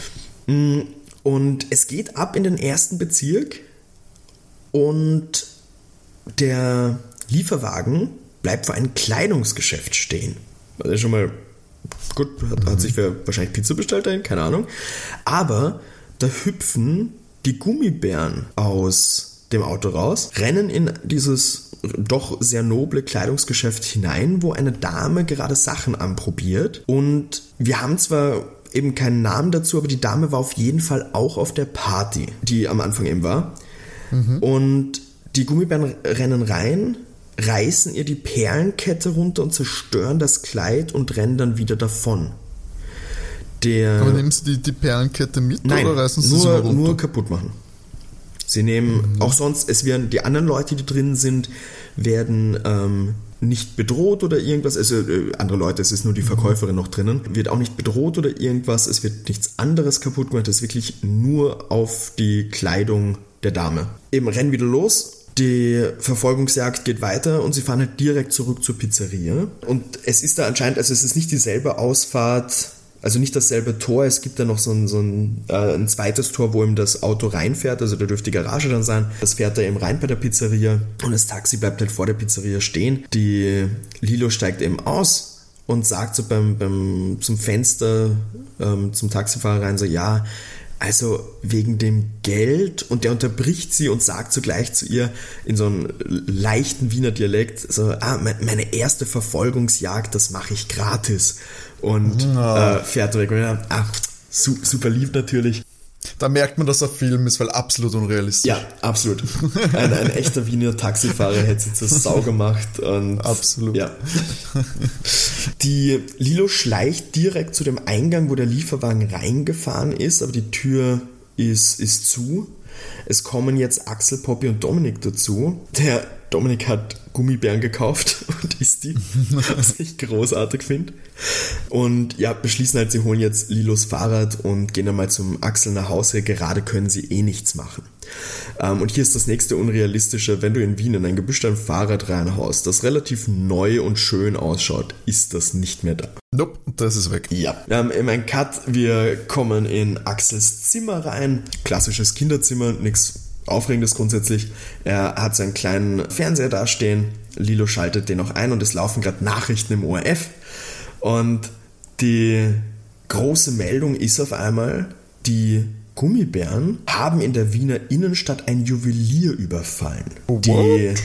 C: Und es geht ab in den ersten Bezirk und der Lieferwagen bleibt vor einem Kleidungsgeschäft stehen. Also schon mal, gut, hat, hat sich wer wahrscheinlich Pizza bestellt dahin, keine Ahnung. Aber da hüpfen die Gummibären aus dem Auto raus, rennen in dieses doch sehr noble Kleidungsgeschäft hinein, wo eine Dame gerade Sachen anprobiert. Und wir haben zwar eben keinen Namen dazu, aber die Dame war auf jeden Fall auch auf der Party, die am Anfang eben war. Mhm. Und die Gummibären rennen rein, reißen ihr die Perlenkette runter und zerstören das Kleid und rennen dann wieder davon. Der
B: aber nehmen sie die, die Perlenkette mit
C: Nein,
B: oder reißen sie
C: nur,
B: sie runter?
C: nur kaputt machen. Sie nehmen mhm. auch sonst, es werden die anderen Leute, die drin sind, werden ähm, nicht bedroht oder irgendwas. Also äh, andere Leute, es ist nur die Verkäuferin noch drinnen, wird auch nicht bedroht oder irgendwas. Es wird nichts anderes kaputt gemacht. Es ist wirklich nur auf die Kleidung der Dame. Eben rennen wieder los. Die Verfolgungsjagd geht weiter und sie fahren halt direkt zurück zur Pizzeria. Und es ist da anscheinend, also es ist nicht dieselbe Ausfahrt. Also nicht dasselbe Tor, es gibt da noch so ein, so ein, äh, ein zweites Tor, wo ihm das Auto reinfährt, also da dürfte die Garage dann sein. Das fährt da eben rein bei der Pizzeria und das Taxi bleibt halt vor der Pizzeria stehen. Die Lilo steigt eben aus und sagt so beim, beim zum Fenster ähm, zum Taxifahrer rein so, ja, also wegen dem Geld, und der unterbricht sie und sagt zugleich zu ihr in so einem leichten Wiener Dialekt so, ah, meine erste Verfolgungsjagd, das mache ich gratis. Und ja. äh, fährt weg. Und ja, ach, su- super lieb natürlich.
B: Da merkt man, dass er Film ist, weil absolut unrealistisch.
C: Ja, absolut. Ein, ein echter Wiener Taxifahrer hätte sich zur Sau gemacht. Und
B: absolut.
C: Ja. Die Lilo schleicht direkt zu dem Eingang, wo der Lieferwagen reingefahren ist, aber die Tür ist, ist zu. Es kommen jetzt Axel, Poppy und Dominik dazu. Der Dominik hat Gummibären gekauft und isst die, was ich großartig finde. Und ja, beschließen halt, sie holen jetzt Lilos Fahrrad und gehen dann mal zum Axel nach Hause. Gerade können sie eh nichts machen. Ähm, und hier ist das nächste Unrealistische. Wenn du in Wien in ein gebüschtes Fahrrad reinhaust, das relativ neu und schön ausschaut, ist das nicht mehr da.
B: Nope, das ist weg.
C: Ja, wir haben eben einen Cut. Wir kommen in Axels Zimmer rein. Klassisches Kinderzimmer, nichts Aufregendes grundsätzlich. Er hat seinen kleinen Fernseher da stehen. Lilo schaltet den noch ein und es laufen gerade Nachrichten im O R F. Und die große Meldung ist auf einmal, die Gummibären haben in der Wiener Innenstadt ein Juwelier überfallen.
B: Oh,
C: die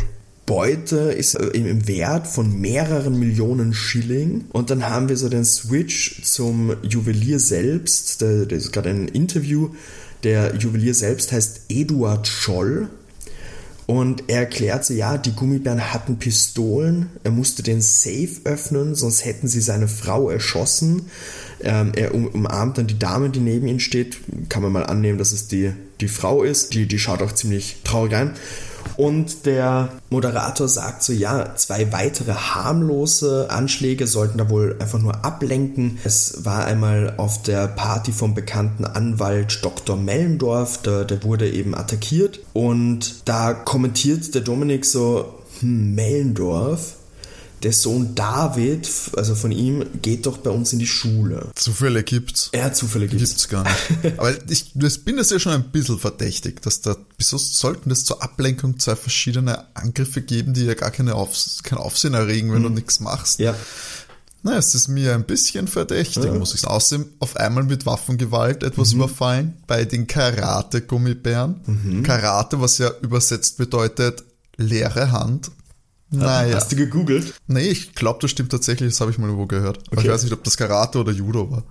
C: Beute ist im Wert von mehreren Millionen Schilling. Und dann haben wir so den Switch zum Juwelier selbst. Das ist gerade ein Interview. Der Juwelier selbst heißt Eduard Scholl. Und er erklärt so, ja, die Gummibären hatten Pistolen. Er musste den Safe öffnen, sonst hätten sie seine Frau erschossen. Ähm, er um, umarmt dann die Dame, die neben ihm steht. Kann man mal annehmen, dass es die, die Frau ist. Die, die schaut auch ziemlich traurig rein. Und der Moderator sagt so, ja, zwei weitere harmlose Anschläge sollten da wohl einfach nur ablenken. Es war einmal auf der Party vom bekannten Anwalt Doktor Mellendorf, der, der wurde eben attackiert. Und da kommentiert der Dominik so, hm, Mellendorf, der Sohn David, also von ihm, geht doch bei uns in die Schule.
B: Zufälle gibt's.
C: Ja, Zufälle gibt's.
B: Gibt's gar nicht. Aber ich das bin das ja schon ein bisschen verdächtig, dass da, wieso sollten das zur Ablenkung zwei verschiedene Angriffe geben, die ja gar keine Aufs- kein Aufsehen erregen, wenn mhm. du nichts machst.
C: Ja.
B: Na, es ist mir ein bisschen verdächtig, ja. muss ich sagen. Außerdem auf einmal mit Waffengewalt etwas mhm. überfallen bei den Karate-Gummibären. Mhm. Karate, was ja übersetzt bedeutet leere Hand. Naja.
C: Hast du gegoogelt?
B: Nee, ich glaube, das stimmt tatsächlich, das habe ich mal irgendwo gehört. Aber okay. Ich weiß nicht, ob das Karate oder Judo war.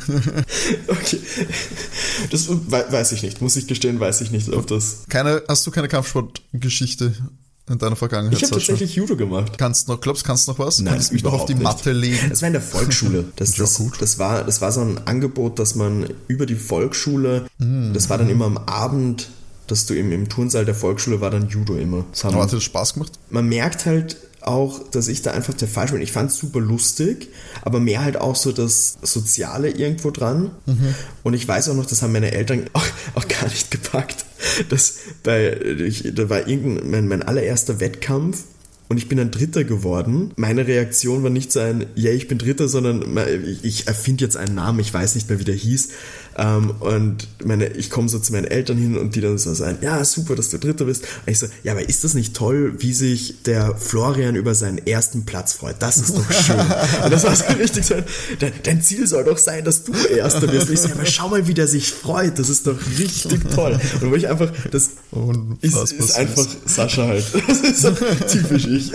C: Okay. Das weiß ich nicht, muss ich gestehen, weiß ich nicht, ob das...
B: Keine, hast du keine Kampfsportgeschichte in deiner Vergangenheit?
C: Ich habe tatsächlich Judo gemacht.
B: Kannst noch, glaubst du, kannst noch was?
C: Nein,
B: kannst du mich noch auf die
C: nicht.
B: Matte legen?
C: Das war in der Volksschule. Das,
B: ja,
C: das,
B: gut.
C: das, war, das war so ein Angebot, dass man über die Volksschule, mm. das war dann immer am Abend... dass du im, im Turnsaal der Volksschule war dann Judo immer. Das haben,
B: aber hat dir das Spaß gemacht?
C: Man merkt halt auch, dass ich da einfach der Falsche bin. Ich fand es super lustig, aber mehr halt auch so das Soziale irgendwo dran. Mhm. Und ich weiß auch noch, das haben meine Eltern auch, auch gar nicht gepackt. Das bei, ich, da war irgendein, mein, mein allererster Wettkampf und ich bin dann Dritter geworden. Meine Reaktion war nicht so ein, ja, ich bin Dritter, sondern ich erfinde jetzt einen Namen, ich weiß nicht mehr, wie der hieß. Und meine, ich komme so zu meinen Eltern hin und die dann so sagen, ja, super, dass du Dritter bist. Und ich so, ja, aber ist das nicht toll, wie sich der Florian über seinen ersten Platz freut? Das ist doch schön. Und das war so richtig so, dein, dein Ziel soll doch sein, dass du Erster bist. Und ich so, ja, aber schau mal, wie der sich freut. Das ist doch richtig toll. Und wo ich einfach, das ist, ist einfach Sascha halt. Das ist so typisch ich.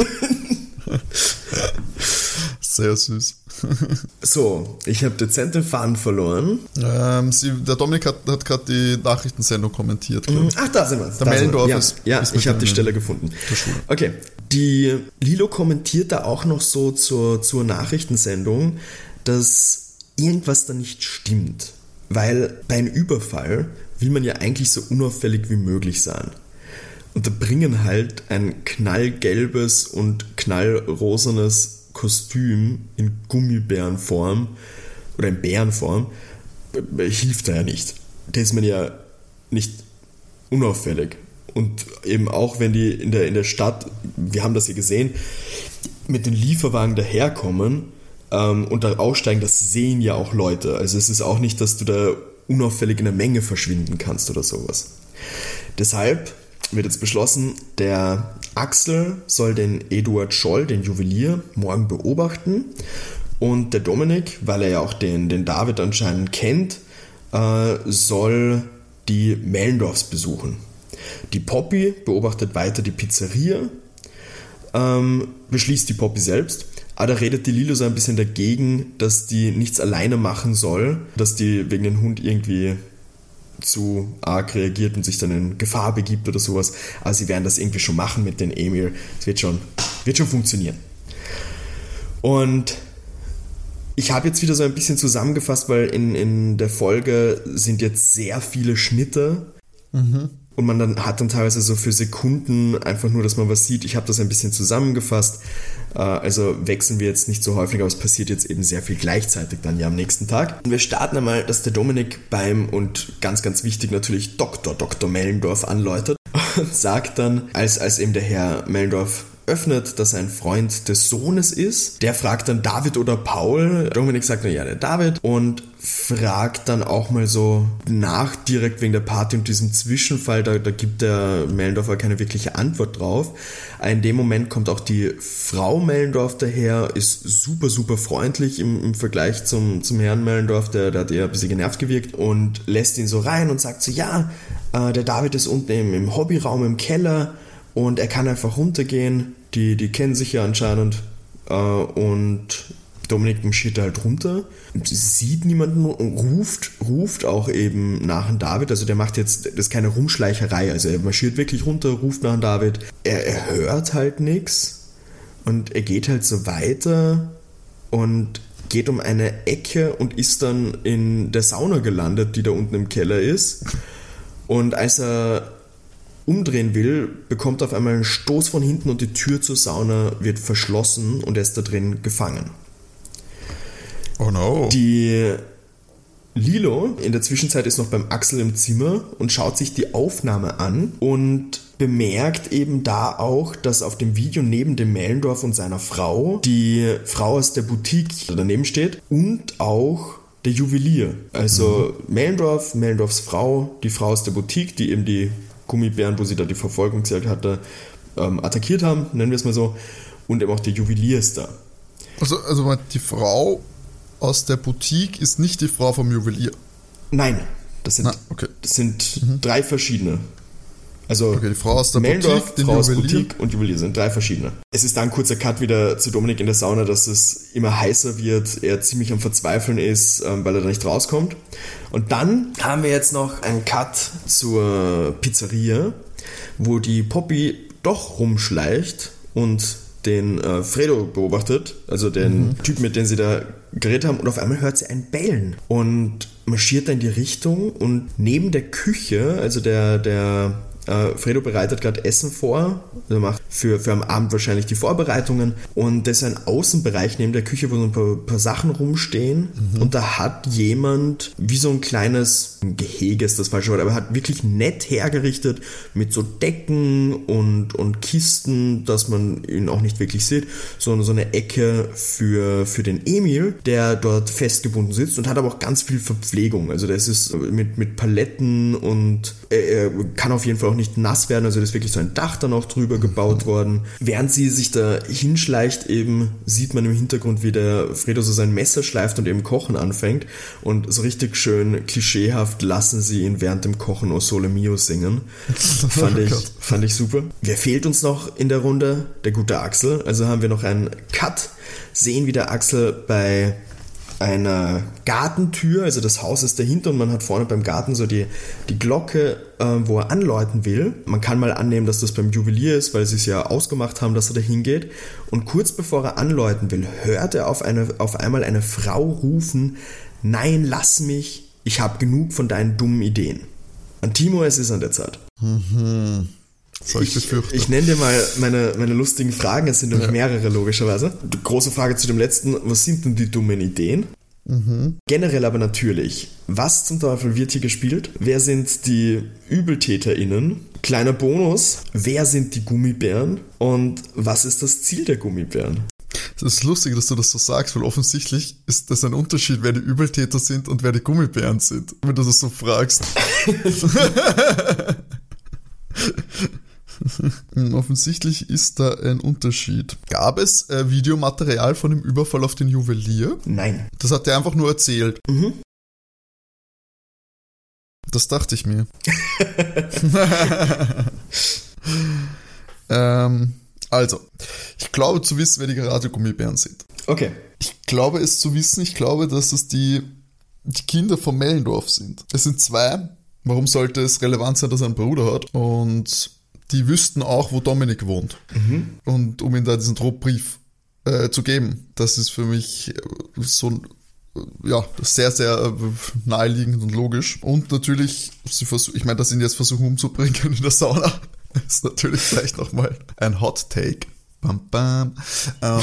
B: Sehr süß.
C: So, ich habe dezent den Faden verloren.
B: Ähm, sie, der Dominik hat, hat gerade die Nachrichtensendung kommentiert.
C: Mhm. Ach, da sind wir.
B: Der Mellendorf
C: ja,
B: ist.
C: Ja,
B: ist
C: ich habe die Stelle gefunden. Okay, die Lilo kommentiert da auch noch so zur, zur Nachrichtensendung, dass irgendwas da nicht stimmt. Weil bei einem Überfall will man ja eigentlich so unauffällig wie möglich sein. Und da bringen halt ein knallgelbes und knallrosanes Kostüm in Gummibärenform oder in Bärenform hilft da ja nicht. Da ist man ja nicht unauffällig. Und eben auch, wenn die in der, in der Stadt, wir haben das ja gesehen, mit den Lieferwagen daherkommen ähm, und da aussteigen, das sehen ja auch Leute. Also es ist auch nicht, dass du da unauffällig in der Menge verschwinden kannst oder sowas. Deshalb wird jetzt beschlossen, der Axel soll den Eduard Scholl, den Juwelier, morgen beobachten und der Dominik, weil er ja auch den, den David anscheinend kennt, äh, soll die Mellendorfs besuchen. Die Poppy beobachtet weiter die Pizzeria, ähm, beschließt die Poppy selbst, aber da redet die Lilo so ein bisschen dagegen, dass die nichts alleine machen soll, dass die wegen dem Hund irgendwie zu arg reagiert und sich dann in Gefahr begibt oder sowas. Aber sie werden das irgendwie schon machen mit den Emil. Es wird schon, wird schon funktionieren. Und ich habe jetzt wieder so ein bisschen zusammengefasst, weil in, in der Folge sind jetzt sehr viele Schnitte. Mhm. Und man dann hat dann teilweise so für Sekunden einfach nur, dass man was sieht. Ich habe das ein bisschen zusammengefasst. Also wechseln wir jetzt nicht so häufig, aber es passiert jetzt eben sehr viel gleichzeitig dann ja am nächsten Tag. Und wir starten einmal, dass der Dominik beim, und ganz, ganz wichtig natürlich, Doktor, Doktor Mellendorf anläutet und sagt dann, als, als eben der Herr Mellendorf öffnet, dass er ein Freund des Sohnes ist. Der fragt dann David oder Paul. Dominik sagt dann, ja, der David. Und fragt dann auch mal so nach, direkt wegen der Party und diesem Zwischenfall. Da, da gibt der Mellendorfer keine wirkliche Antwort drauf. In dem Moment kommt auch die Frau Mellendorf daher, ist super, super freundlich im, im Vergleich zum, zum Herrn Mellendorf. Der, der hat eher ein bisschen genervt gewirkt und lässt ihn so rein und sagt so, ja, äh, der David ist unten im, im Hobbyraum im Keller. und er kann einfach runtergehen. Die, die kennen sich ja anscheinend äh, und Dominik marschiert halt runter, sieht niemanden und ruft, ruft auch eben nach dem David. Also der macht jetzt, das ist keine Rumschleicherei, also er marschiert wirklich runter, ruft nach dem David. Er, er hört halt nichts und er geht halt so weiter und geht um eine Ecke und ist dann in der Sauna gelandet, die da unten im Keller ist. Und als er umdrehen will, bekommt er auf einmal einen Stoß von hinten und die Tür zur Sauna wird verschlossen und er ist da drin gefangen.
B: Oh no.
C: Die Lilo in der Zwischenzeit ist noch beim Axel im Zimmer und schaut sich die Aufnahme an und bemerkt eben da auch, dass auf dem Video neben dem Mellendorf und seiner Frau die Frau aus der Boutique daneben steht und auch der Juwelier. Also mhm. Mellendorf, Mellendorfs Frau, die Frau aus der Boutique, die eben die Gummibären, wo sie da die Verfolgungsjagd hatte, ähm, attackiert haben, nennen wir es mal so, und eben auch der Juwelier ist da.
B: Also, also die Frau aus der Boutique ist nicht die Frau vom Juwelier?
C: Nein, das sind,
B: Na, okay.
C: das sind
B: mhm.
C: drei verschiedene. Also
B: okay, die Frau aus der
C: Mellendorf,
B: Boutique,
C: Frau aus
B: Juwelier.
C: Boutique und Juwelier sind drei verschiedene. Es ist da ein kurzer Cut wieder zu Dominik in der Sauna, dass es immer heißer wird, er ziemlich am Verzweifeln ist, weil er da nicht rauskommt. Und dann haben wir jetzt noch einen Cut zur Pizzeria, wo die Poppy doch rumschleicht und den äh, Fredo beobachtet, also den mhm. Typ, mit dem sie da geredet haben, und auf einmal hört sie ein Bellen und marschiert dann in die Richtung und neben der Küche, also der, der äh, Fredo bereitet gerade Essen vor, also macht für, für am Abend wahrscheinlich die Vorbereitungen, und das ist ein Außenbereich neben der Küche, wo so ein paar, paar Sachen rumstehen mhm. und da hat jemand wie so ein kleines Gehege, ist das falsche Wort, aber hat wirklich nett hergerichtet mit so Decken und, und Kisten, dass man ihn auch nicht wirklich sieht, sondern so eine Ecke für, für den Emil, der dort festgebunden sitzt, und hat aber auch ganz viel Verpflegung, also das ist mit, mit Paletten und er, er kann auf jeden Fall auch nicht nass werden, also da ist wirklich so ein Dach dann auch drüber gebaut worden. Während sie sich da hinschleicht eben, sieht man im Hintergrund, wie der Fredo so sein Messer schleift und eben kochen anfängt, und so richtig schön klischeehaft lassen sie ihn während dem Kochen O Sole Mio singen. Fand ich, fand ich super. Wer fehlt uns noch in der Runde? Der gute Axel. Also haben wir noch einen Cut, sehen, wie der Axel bei einer Gartentür, also das Haus ist dahinter und man hat vorne beim Garten so die, die Glocke, äh, wo er anläuten will. Man kann mal annehmen, dass das beim Juwelier ist, weil sie es ja ausgemacht haben, dass er da hingeht. Und kurz bevor er anläuten will, hört er auf, eine, auf einmal eine Frau rufen: Nein, lass mich, ich habe genug von deinen dummen Ideen. An Timo, es ist an der Zeit.
B: Mhm. Ich,
C: ich, ich nenne dir mal meine, meine lustigen Fragen, es sind nämlich ja. mehrere logischerweise. Die große Frage zu dem letzten: Was sind denn die dummen Ideen? Mhm. Generell aber natürlich, was zum Teufel wird hier gespielt? Wer sind die ÜbeltäterInnen? Kleiner Bonus, wer sind die Gummibären? Und was ist das Ziel der Gummibären?
B: Es ist lustig, dass du das so sagst, weil offensichtlich ist das ein Unterschied, wer die Übeltäter sind und wer die Gummibären sind, wenn du das so fragst. Offensichtlich ist da ein Unterschied. Gab es äh, Videomaterial von dem Überfall auf den Juwelier?
C: Nein.
B: Das hat er einfach nur erzählt.
C: Mhm.
B: Das dachte ich mir. ähm, also, ich glaube zu wissen, wer die Karate-Gummibären sind.
C: Okay.
B: Ich glaube es zu wissen, ich glaube, dass es die, die Kinder von Mellendorf sind. Es sind zwei. Warum sollte es relevant sein, dass er einen Bruder hat? Und die wüssten auch, wo Dominik wohnt. Mhm. Und um ihm da diesen Drohbrief äh, zu geben, das ist für mich so ein, ja, sehr, sehr naheliegend und logisch. Und natürlich, sie versuch, ich meine, dass sie ihn jetzt versuchen umzubringen in der Sauna, ist natürlich vielleicht nochmal ein Hot Take. Bam, bam. Ähm,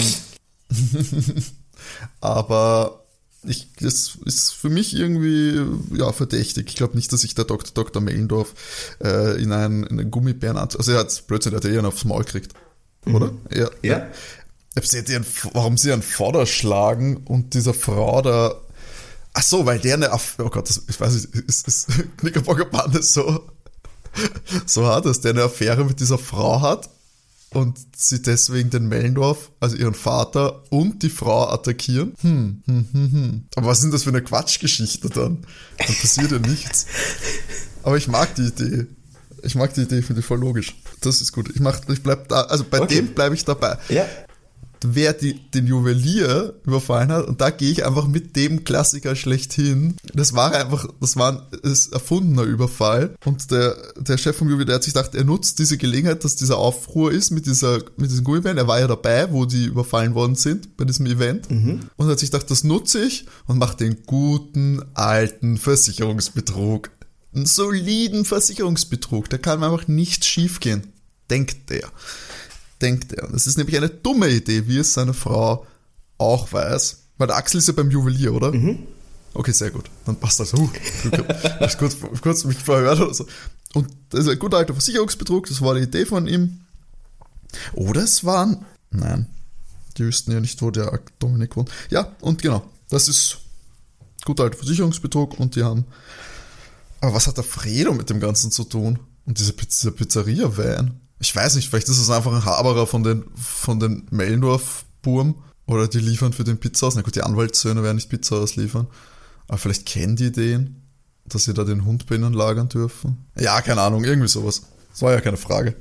B: aber ich, das ist für mich irgendwie ja, verdächtig. Ich glaube nicht, dass sich der Doktor Doktor Mellendorf äh, in einen, in einen Gummibären an... Also er hat plötzlich hat er ihren aufs Maul gekriegt. Oder?
C: Mhm.
B: Ja.
C: ja.
B: Sie hat ihren, warum sie einen Vorder schlagen und dieser Frau da... Ach so, weil der eine... Aff- oh Gott, das, ich weiß nicht, ist, ist Knickerbocker Bande so, so hart, dass der eine Affäre mit dieser Frau hat und sie deswegen den Mellendorf, also ihren Vater und die Frau attackieren. Hm, hm, hm, hm. Aber was ist denn das für eine Quatschgeschichte dann? Dann passiert ja nichts. Aber ich mag die Idee. Ich mag die Idee, finde ich voll logisch. Das ist gut. Ich, mach, ich bleib da, also bei okay. dem bleibe ich dabei.
C: Ja.
B: Wer die, den Juwelier überfallen hat, und da gehe ich einfach mit dem Klassiker schlechthin. Das war einfach, das war ein ist erfundener Überfall. Und der, der Chef vom Juwelier, der hat sich gedacht, er nutzt diese Gelegenheit, dass dieser Aufruhr ist mit dieser, mit diesem Gummibären. Er war ja dabei, wo die überfallen worden sind, bei diesem Event. Mhm. Und hat sich gedacht, das nutze ich und mache den guten, alten Versicherungsbetrug. Einen soliden Versicherungsbetrug. Da kann einfach nichts schief gehen. Denkt der. Denkt er. Das ist nämlich eine dumme Idee, wie es seine Frau auch weiß. Weil der Axel ist ja beim Juwelier, oder? Mhm. Okay, sehr gut. Dann passt das. Uh, ich hab kurz, kurz mich verhört oder so. Und das ist ein guter alter Versicherungsbetrug, das war die Idee von ihm. Oder es waren... Nein, die wüssten ja nicht, wo der Dominik wohnt. Ja, und genau, das ist guter alter Versicherungsbetrug und die haben... Aber was hat der Fredo mit dem Ganzen zu tun? Und diese, dieser Pizzeria-Van? Ich weiß nicht, vielleicht ist es einfach ein Haberer von den, von den Mellendorf-Burm oder die liefern für den Pizza aus. Na gut, die Anwaltssöhne werden nicht Pizza ausliefern. Aber vielleicht kennen die den, dass sie da den Hund bei ihnen lagern dürfen. Ja, keine Ahnung, irgendwie sowas. Das war ja keine Frage.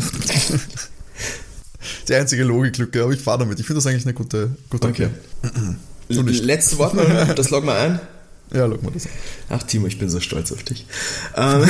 B: Die einzige Logiklücke, aber ich fahre damit. Ich finde das eigentlich eine gute, gute
C: okay. Letzte Wort noch, das loggen wir ein.
B: Ja, log mal das an.
C: Ach, Timo, ich bin so stolz auf dich. Ähm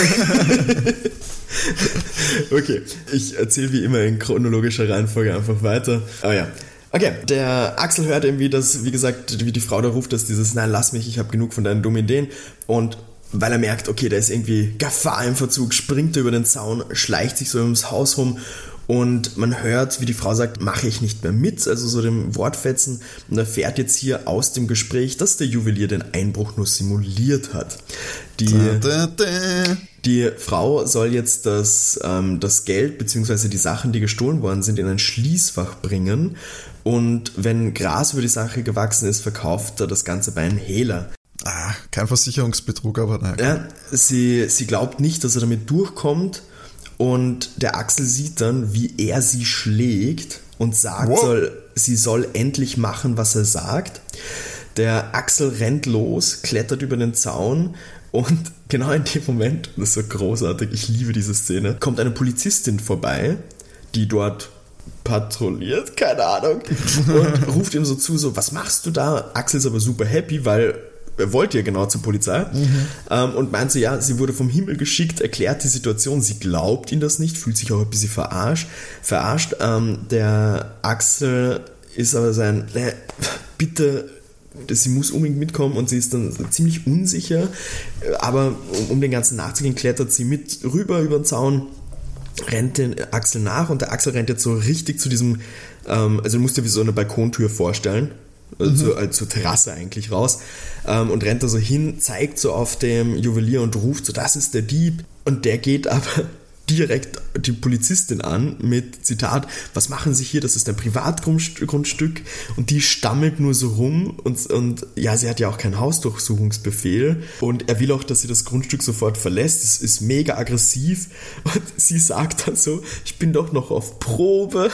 C: okay, ich erzähle wie immer in chronologischer Reihenfolge einfach weiter. Ah ja. Okay, der Axel hört irgendwie, dass, wie gesagt, wie die Frau da ruft, dass dieses, nein, lass mich, ich habe genug von deinen dummen Ideen. Und weil er merkt, okay, da ist irgendwie Gefahr im Verzug, springt er über den Zaun, schleicht sich so ums Haus rum und man hört, wie die Frau sagt, mache ich nicht mehr mit, also so dem Wortfetzen, und erfährt jetzt hier aus dem Gespräch, dass der Juwelier den Einbruch nur simuliert hat. Die, da, da, da. die Frau soll jetzt das, ähm, das Geld bzw. die Sachen, die gestohlen worden sind, in ein Schließfach bringen und wenn Gras über die Sache gewachsen ist, verkauft er das Ganze bei einem Hehler.
B: Ah, kein Versicherungsbetrug, aber nein.
C: Ja, sie, sie glaubt nicht, dass er damit durchkommt. Und der Axel sieht dann, wie er sie schlägt und sagt, soll, sie soll endlich machen, was er sagt. Der Axel rennt los, klettert über den Zaun und genau in dem Moment, das ist so großartig, ich liebe diese Szene, kommt eine Polizistin vorbei, die dort patrouilliert, keine Ahnung, und ruft ihm so zu, so, was machst du da? Axel ist aber super happy, weil... er wollte ja genau zur Polizei mhm. ähm, und meint so, ja, sie wurde vom Himmel geschickt, erklärt die Situation, sie glaubt ihn das nicht, fühlt sich auch ein bisschen verarscht. verarscht. Ähm, der Axel ist aber sein, äh, bitte, sie muss unbedingt mitkommen und sie ist dann ziemlich unsicher, aber um, um den Ganzen nachzugehen, klettert sie mit rüber über den Zaun, rennt den Axel nach und der Axel rennt jetzt so richtig zu diesem, ähm, also du musst dir wie so eine Balkontür vorstellen, Also, mhm. also zur Terrasse eigentlich raus ähm, und rennt da so hin, zeigt so auf dem Juwelier und ruft so, das ist der Dieb. Und der geht aber direkt die Polizistin an mit Zitat, was machen Sie hier, das ist ein Privatgrundstück, und die stammelt nur so rum und, und ja, sie hat ja auch keinen Hausdurchsuchungsbefehl und er will auch, dass sie das Grundstück sofort verlässt, es ist mega aggressiv und sie sagt dann so, ich bin doch noch auf Probe.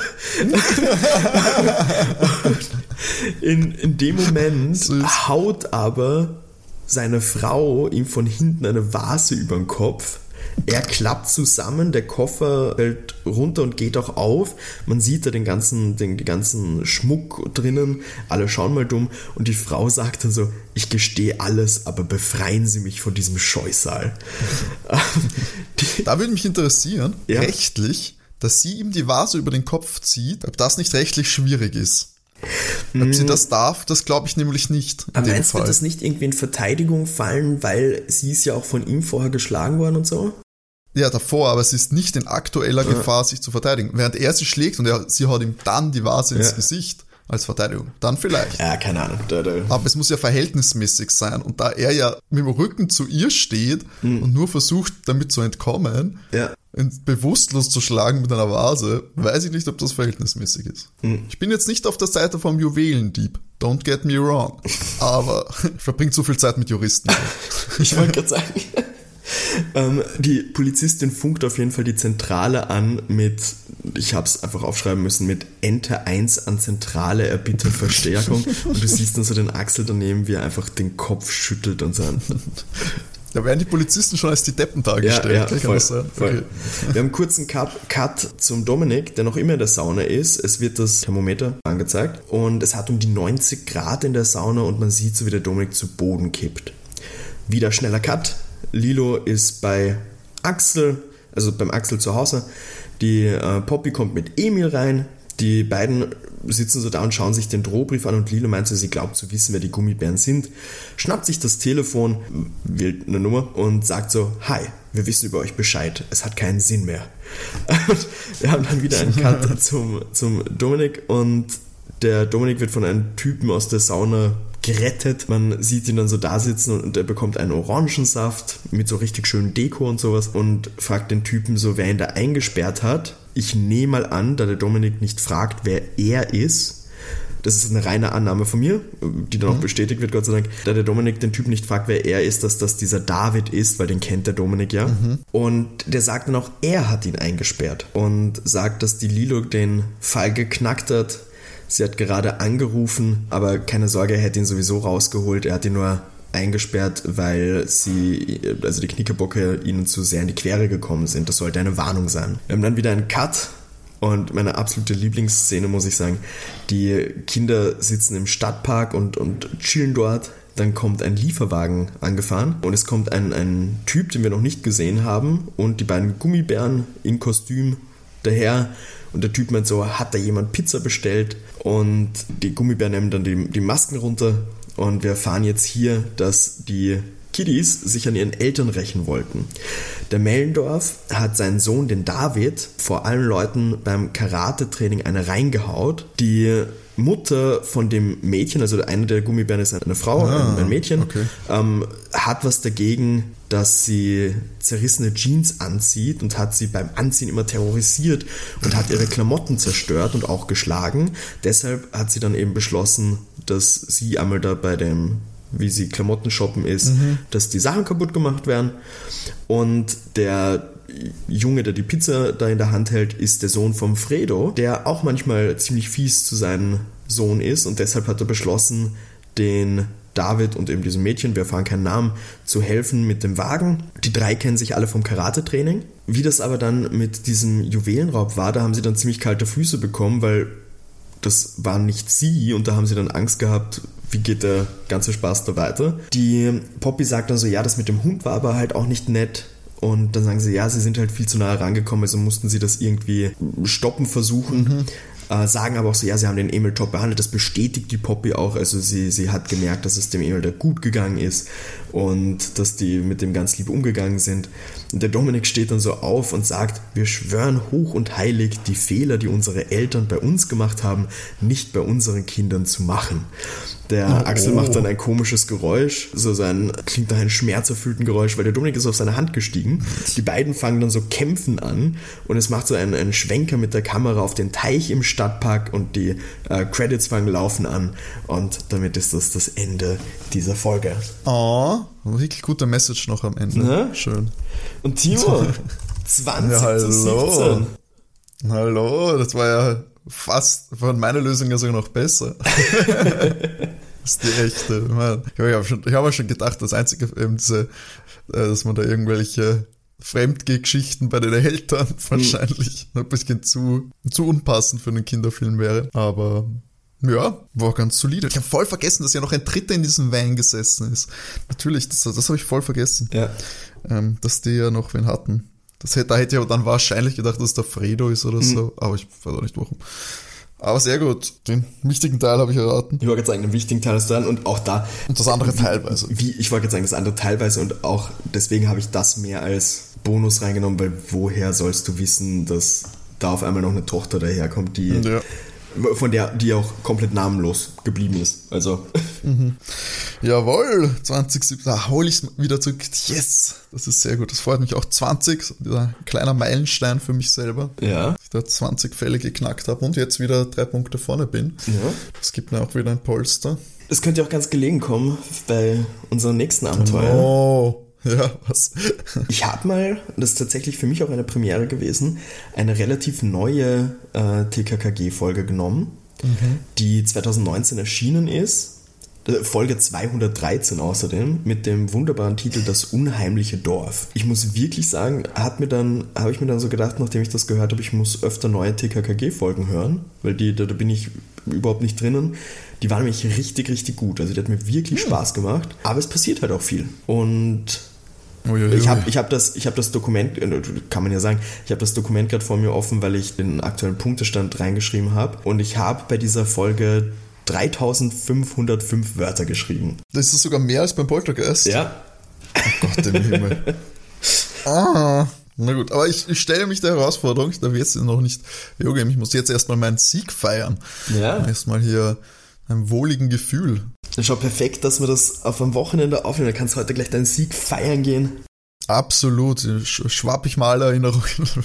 C: in, in dem Moment Süß. haut aber seine Frau ihm von hinten eine Vase über den Kopf. Er klappt zusammen, der Koffer fällt runter und geht auch auf. Man sieht da den ganzen, den, den ganzen Schmuck drinnen. Alle schauen mal dumm. Und die Frau sagt dann so, ich gestehe alles, aber befreien Sie mich von diesem Scheusal.
B: Da würde mich interessieren, ja? rechtlich, dass sie ihm die Vase über den Kopf zieht, ob das nicht rechtlich schwierig ist. Ob sie das darf, das glaube ich nämlich nicht.
C: Aber meinst du, wird das nicht irgendwie in Verteidigung fallen, weil sie ist ja auch von ihm vorher geschlagen worden und so?
B: Ja, davor, aber sie ist nicht in aktueller ja. Gefahr, sich zu verteidigen. Während er sie schlägt und er, sie haut ihm dann die Vase ins ja. Gesicht als Verteidigung. Dann vielleicht.
C: Ja, keine Ahnung. Da, da.
B: Aber es muss ja verhältnismäßig sein. Und da er ja mit dem Rücken zu ihr steht mhm. und nur versucht, damit zu entkommen,
C: ja.
B: bewusstlos zu schlagen mit einer Vase, weiß ich nicht, ob das verhältnismäßig ist. Mhm. Ich bin jetzt nicht auf der Seite vom Juwelendieb. Don't get me wrong. Aber ich verbringe zu viel Zeit mit Juristen.
C: Ich wollte gerade sagen... Ähm, die Polizistin funkt auf jeden Fall die Zentrale an mit, ich habe es einfach aufschreiben müssen, mit Enter eins an Zentrale, erbitte Verstärkung. Und du siehst dann so den Axel daneben, wie er einfach den Kopf schüttelt und so.
B: Da werden die Polizisten schon als die Deppen dargestellt.
C: Ja, ja, voll,
B: voll.
C: voll.
B: Okay.
C: Wir haben einen kurzen Cut, Cut zum Dominik, der noch immer in der Sauna ist. Es wird das Thermometer angezeigt und es hat um die neunzig Grad in der Sauna und man sieht so, wie der Dominik zu Boden kippt. Wieder schneller Cut. Lilo ist bei Axel, also beim Axel zu Hause. Die äh, Poppy kommt mit Emil rein. Die beiden sitzen so da und schauen sich den Drohbrief an und Lilo meint so, sie glaubt zu wissen, wer die Gummibären sind, schnappt sich das Telefon, wählt eine Nummer und sagt so, hi, wir wissen über euch Bescheid, es hat keinen Sinn mehr. Und wir haben dann wieder einen Cut zum, zum Dominik und der Dominik wird von einem Typen aus der Sauna gerettet. Man sieht ihn dann so da sitzen und er bekommt einen Orangensaft mit so richtig schönen Deko und sowas und fragt den Typen so, wer ihn da eingesperrt hat. Ich nehme mal an, da der Dominik nicht fragt, wer er ist. Das ist eine reine Annahme von mir, die dann auch mhm. bestätigt wird, Gott sei Dank. Da der Dominik den Typen nicht fragt, wer er ist, dass das dieser David ist, weil den kennt der Dominik ja. Mhm. Und der sagt dann auch, er hat ihn eingesperrt und sagt, dass die Lilo den Fall geknackt hat. Sie hat gerade angerufen, aber keine Sorge, er hätte ihn sowieso rausgeholt. Er hat ihn nur eingesperrt, weil sie, also die Knickerbocke, ihnen zu sehr in die Quere gekommen sind. Das sollte eine Warnung sein. Wir haben dann wieder einen Cut und meine absolute Lieblingsszene, muss ich sagen. Die Kinder sitzen im Stadtpark und, und chillen dort. Dann kommt ein Lieferwagen angefahren und es kommt ein, ein Typ, den wir noch nicht gesehen haben und die beiden Gummibären in Kostüm daher. Und der Typ meint so, hat da jemand Pizza bestellt? Und die Gummibären nehmen dann die, die Masken runter. Und wir erfahren jetzt hier, dass die Kiddies sich an ihren Eltern rächen wollten. Der Mellendorf hat seinen Sohn, den David, vor allen Leuten beim Karate-Training eine reingehaut. Die Mutter von dem Mädchen, also eine der Gummibären ist eine Frau, ah, ein Mädchen, okay. ähm, hat was dagegen, dass sie zerrissene Jeans anzieht und hat sie beim Anziehen immer terrorisiert und hat ihre Klamotten zerstört und auch geschlagen. Deshalb hat sie dann eben beschlossen, dass sie einmal da bei dem, wie sie Klamotten shoppen ist, mhm. dass die Sachen kaputt gemacht werden. Und der Junge, der die Pizza da in der Hand hält, ist der Sohn vom Fredo, der auch manchmal ziemlich fies zu seinem Sohn ist und deshalb hat er beschlossen, den David und eben diesem Mädchen, wir erfahren keinen Namen, zu helfen mit dem Wagen. Die drei kennen sich alle vom Karate-Training. Wie das aber dann mit diesem Juwelenraub war, da haben sie dann ziemlich kalte Füße bekommen, weil das war nicht sie und da haben sie dann Angst gehabt, wie geht der ganze Spaß da weiter. Die Poppy sagt dann so, ja, das mit dem Hund war aber halt auch nicht nett. Und dann sagen sie, ja, sie sind halt viel zu nah rangekommen, also mussten sie das irgendwie stoppen versuchen. Mhm. Äh, sagen aber auch so, ja, sie haben den Emil top behandelt. Das bestätigt die Poppy auch. Also sie, sie hat gemerkt, dass es dem Emil da gut gegangen ist und dass die mit dem ganz lieb umgegangen sind. Und der Dominik steht dann so auf und sagt, wir schwören hoch und heilig, die Fehler, die unsere Eltern bei uns gemacht haben, nicht bei unseren Kindern zu machen. Der oh, Axel macht dann ein komisches Geräusch, so sein, klingt nach einem schmerzerfüllten Geräusch, weil der Dominik ist auf seine Hand gestiegen. Die beiden fangen dann so kämpfen an und es macht so einen, einen Schwenker mit der Kamera auf den Teich im Stadtpark und die äh, Credits fangen laufen an und damit ist das das Ende dieser Folge.
B: Oh, wirklich guter Message noch am Ende. Ne? Schön.
C: Und Timo, zwanzig ja, hallo. Zu siebzehn.
B: Hallo, das war ja fast von meiner Lösung ja sogar noch besser. Das ist die echte. Man, ich habe schon, ich hab schon gedacht, das Einzige, eben diese, dass man da irgendwelche Fremdgeh-Geschichten bei den Eltern wahrscheinlich mhm. ein bisschen zu, zu unpassend für einen Kinderfilm wäre. Aber ja, war ganz solide. Ich habe voll vergessen, dass ja noch ein Dritter in diesem Van gesessen ist. Natürlich, das, das habe ich voll vergessen.
C: Ja.
B: Ähm, dass die ja noch wen hatten. Das hätte, da hätte ich aber dann wahrscheinlich gedacht, dass der Fredo ist oder mhm. so. Aber ich weiß auch nicht warum. Aber sehr gut. Den wichtigen Teil habe ich erraten.
C: Ich wollte jetzt sagen, den wichtigen Teil ist dran und auch da.
B: Und das andere teilweise.
C: Wie, ich wollte jetzt sagen, das andere teilweise und auch deswegen habe ich das mehr als Bonus reingenommen, weil woher sollst du wissen, dass da auf einmal noch eine Tochter daherkommt, die, ja. von der, die auch komplett namenlos geblieben ist. Also.
B: Mhm. Jawohl, zwanzig siebzehn, da hole ich es wieder zurück. Yes, das ist sehr gut. Das freut mich auch. zwanzig, dieser kleiner Meilenstein für mich selber.
C: Ja.
B: Dass ich da zwanzig Fälle geknackt habe und jetzt wieder drei Punkte vorne bin.
C: Ja.
B: Das gibt mir auch wieder ein Polster.
C: Das könnte auch ganz gelegen kommen bei unserem nächsten Abenteuer.
B: Oh. Ja, was?
C: Ich habe mal, das ist tatsächlich für mich auch eine Premiere gewesen, eine relativ neue äh, T K K G-Folge genommen, mhm. die zwanzig neunzehn erschienen ist. Folge zweihundertdreizehn außerdem mit dem wunderbaren Titel Das unheimliche Dorf. Ich muss wirklich sagen, hat mir dann, habe ich mir dann so gedacht, nachdem ich das gehört habe, ich muss öfter neue T K K G-Folgen hören, weil die, da, da bin ich überhaupt nicht drinnen. Die waren nämlich richtig, richtig gut. Also die hat mir wirklich hm. Spaß gemacht. Aber es passiert halt auch viel. Und
B: Uiuiui.
C: ich habe ich hab das, ich hab das Dokument, kann man ja sagen, ich habe das Dokument gerade vor mir offen, weil ich den aktuellen Punktestand reingeschrieben habe. Und ich habe bei dieser Folge dreitausendfünfhundertfünf Wörter geschrieben.
B: Das ist sogar mehr als beim Poltergeist.
C: Ja.
B: Oh Gott im Himmel. Ah, na gut, aber ich, ich stelle mich der Herausforderung, da wird es noch nicht geben. Ich muss jetzt erstmal meinen Sieg feiern.
C: Ja.
B: Erstmal hier einem wohligen Gefühl.
C: Das ist schon perfekt, dass wir das auf einem Wochenende aufnehmen. Da kannst du heute gleich deinen Sieg feiern gehen.
B: Absolut. Sch- schwapp ich mal Erinnerungen.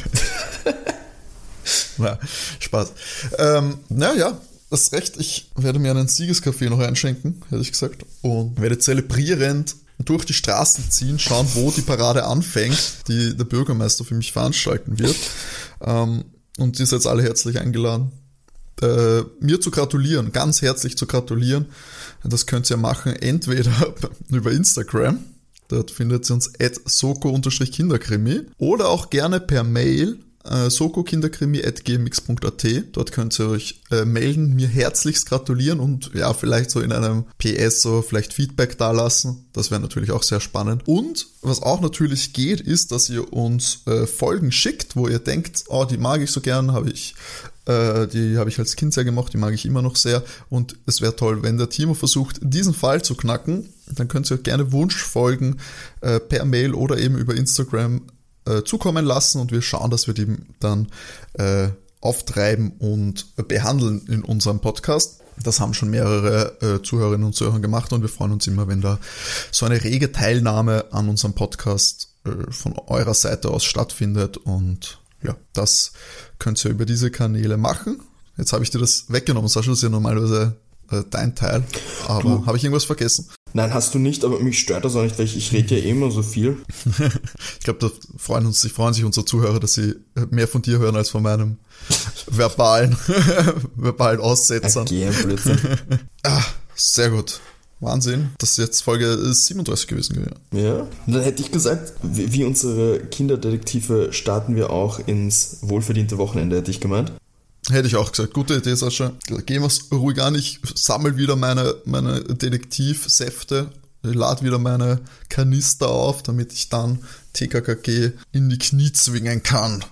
B: Na, Spaß. Ähm, naja. Das ist recht, ich werde mir einen Siegeskaffee noch einschenken, hätte ich gesagt, und werde zelebrierend durch die Straßen ziehen, schauen, wo die Parade anfängt, die der Bürgermeister für mich veranstalten wird. Ähm, und ihr seid alle herzlich eingeladen, äh, mir zu gratulieren, ganz herzlich zu gratulieren. Das könnt ihr machen, entweder über Instagram, dort findet ihr uns at soko-kinderkrimi, oder auch gerne per Mail, Uh, sokokinderkrimi at gmx punkt at. Dort könnt ihr euch äh, melden, mir herzlichst gratulieren und ja, vielleicht so in einem P S so vielleicht Feedback dalassen. Das wäre natürlich auch sehr spannend. Und was auch natürlich geht, ist, dass ihr uns äh, Folgen schickt, wo ihr denkt, oh, die mag ich so gern, habe ich äh, die habe ich als Kind sehr gemocht, die mag ich immer noch sehr. Und es wäre toll, wenn der Timo versucht, diesen Fall zu knacken. Dann könnt ihr gerne Wunschfolgen äh, per Mail oder eben über Instagram zukommen lassen und wir schauen, dass wir die dann äh, auftreiben und behandeln in unserem Podcast. Das haben schon mehrere äh, Zuhörerinnen und Zuhörer gemacht und wir freuen uns immer, wenn da so eine rege Teilnahme an unserem Podcast äh, von eurer Seite aus stattfindet und ja, das könnt ihr über diese Kanäle machen. Jetzt habe ich dir das weggenommen, Sascha, das ist ja normalerweise äh, dein Teil, aber habe ich irgendwas vergessen?
C: Nein, hast du nicht, aber mich stört das auch nicht, weil ich, ich rede ja eh immer so viel.
B: Ich glaube, da freuen, uns, freuen sich unsere Zuhörer, dass sie mehr von dir hören als von meinem verbalen, verbalen Aussetzern.
C: Okay, Blödsinn.
B: Ah, sehr gut. Wahnsinn. Das ist jetzt Folge siebenunddreißig gewesen. Ja.
C: Ja, und dann hätte ich gesagt, wie, wie unsere Kinderdetektive starten wir auch ins wohlverdiente Wochenende, hätte ich gemeint.
B: Hätte ich auch gesagt. Gute Idee, Sascha. Gehen wir es ruhig an. Ich sammle wieder meine, meine Detektivsäfte. Ich lade wieder meine Kanister auf, damit ich dann T K K G in die Knie zwingen kann.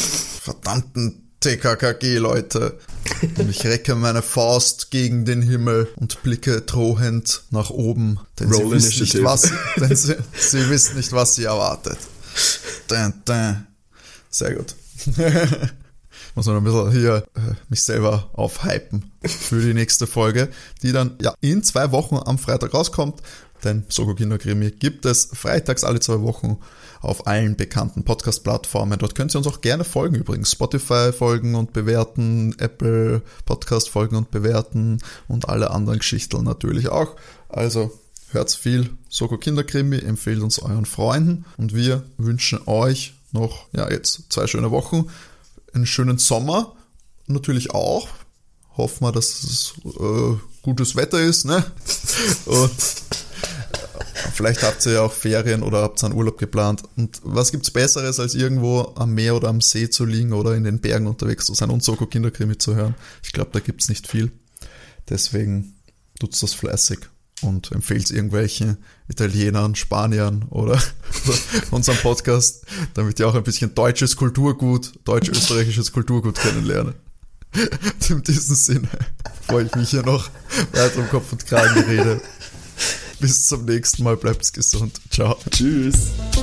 B: Verdammten T K K G-Leute. Und ich recke meine Faust gegen den Himmel und blicke drohend nach oben. Denn, sie wissen, nicht, was, denn sie, sie wissen nicht, was sie erwartet. Dun, dun. Sehr gut. Muss man ein bisschen hier äh, mich selber aufhypen für die nächste Folge, die dann ja in zwei Wochen am Freitag rauskommt, denn Soko Kinderkrimi gibt es freitags alle zwei Wochen auf allen bekannten Podcast-Plattformen. Dort könnt ihr uns auch gerne folgen übrigens. Spotify folgen und bewerten, Apple Podcast folgen und bewerten und alle anderen Geschichten natürlich auch. Also hört's viel Soko Kinderkrimi, empfehlt uns euren Freunden und wir wünschen euch noch ja jetzt zwei schöne Wochen. Einen schönen Sommer natürlich auch. Hoffen wir, dass es äh, gutes Wetter ist, ne? Und vielleicht habt ihr ja auch Ferien oder habt einen Urlaub geplant. Und was gibt's Besseres, als irgendwo am Meer oder am See zu liegen oder in den Bergen unterwegs zu sein und Soko Kinderkrimi zu hören? Ich glaube, da gibt's nicht viel. Deswegen tut's das fleißig und empfehlt irgendwelchen Italienern, Spaniern oder unserem Podcast, damit ihr auch ein bisschen deutsches Kulturgut, deutsch-österreichisches Kulturgut kennenlernen. In diesem Sinne freue ich mich hier noch weiter um Kopf und Kragen rede. Bis zum nächsten Mal, bleibt gesund. Ciao.
C: Tschüss.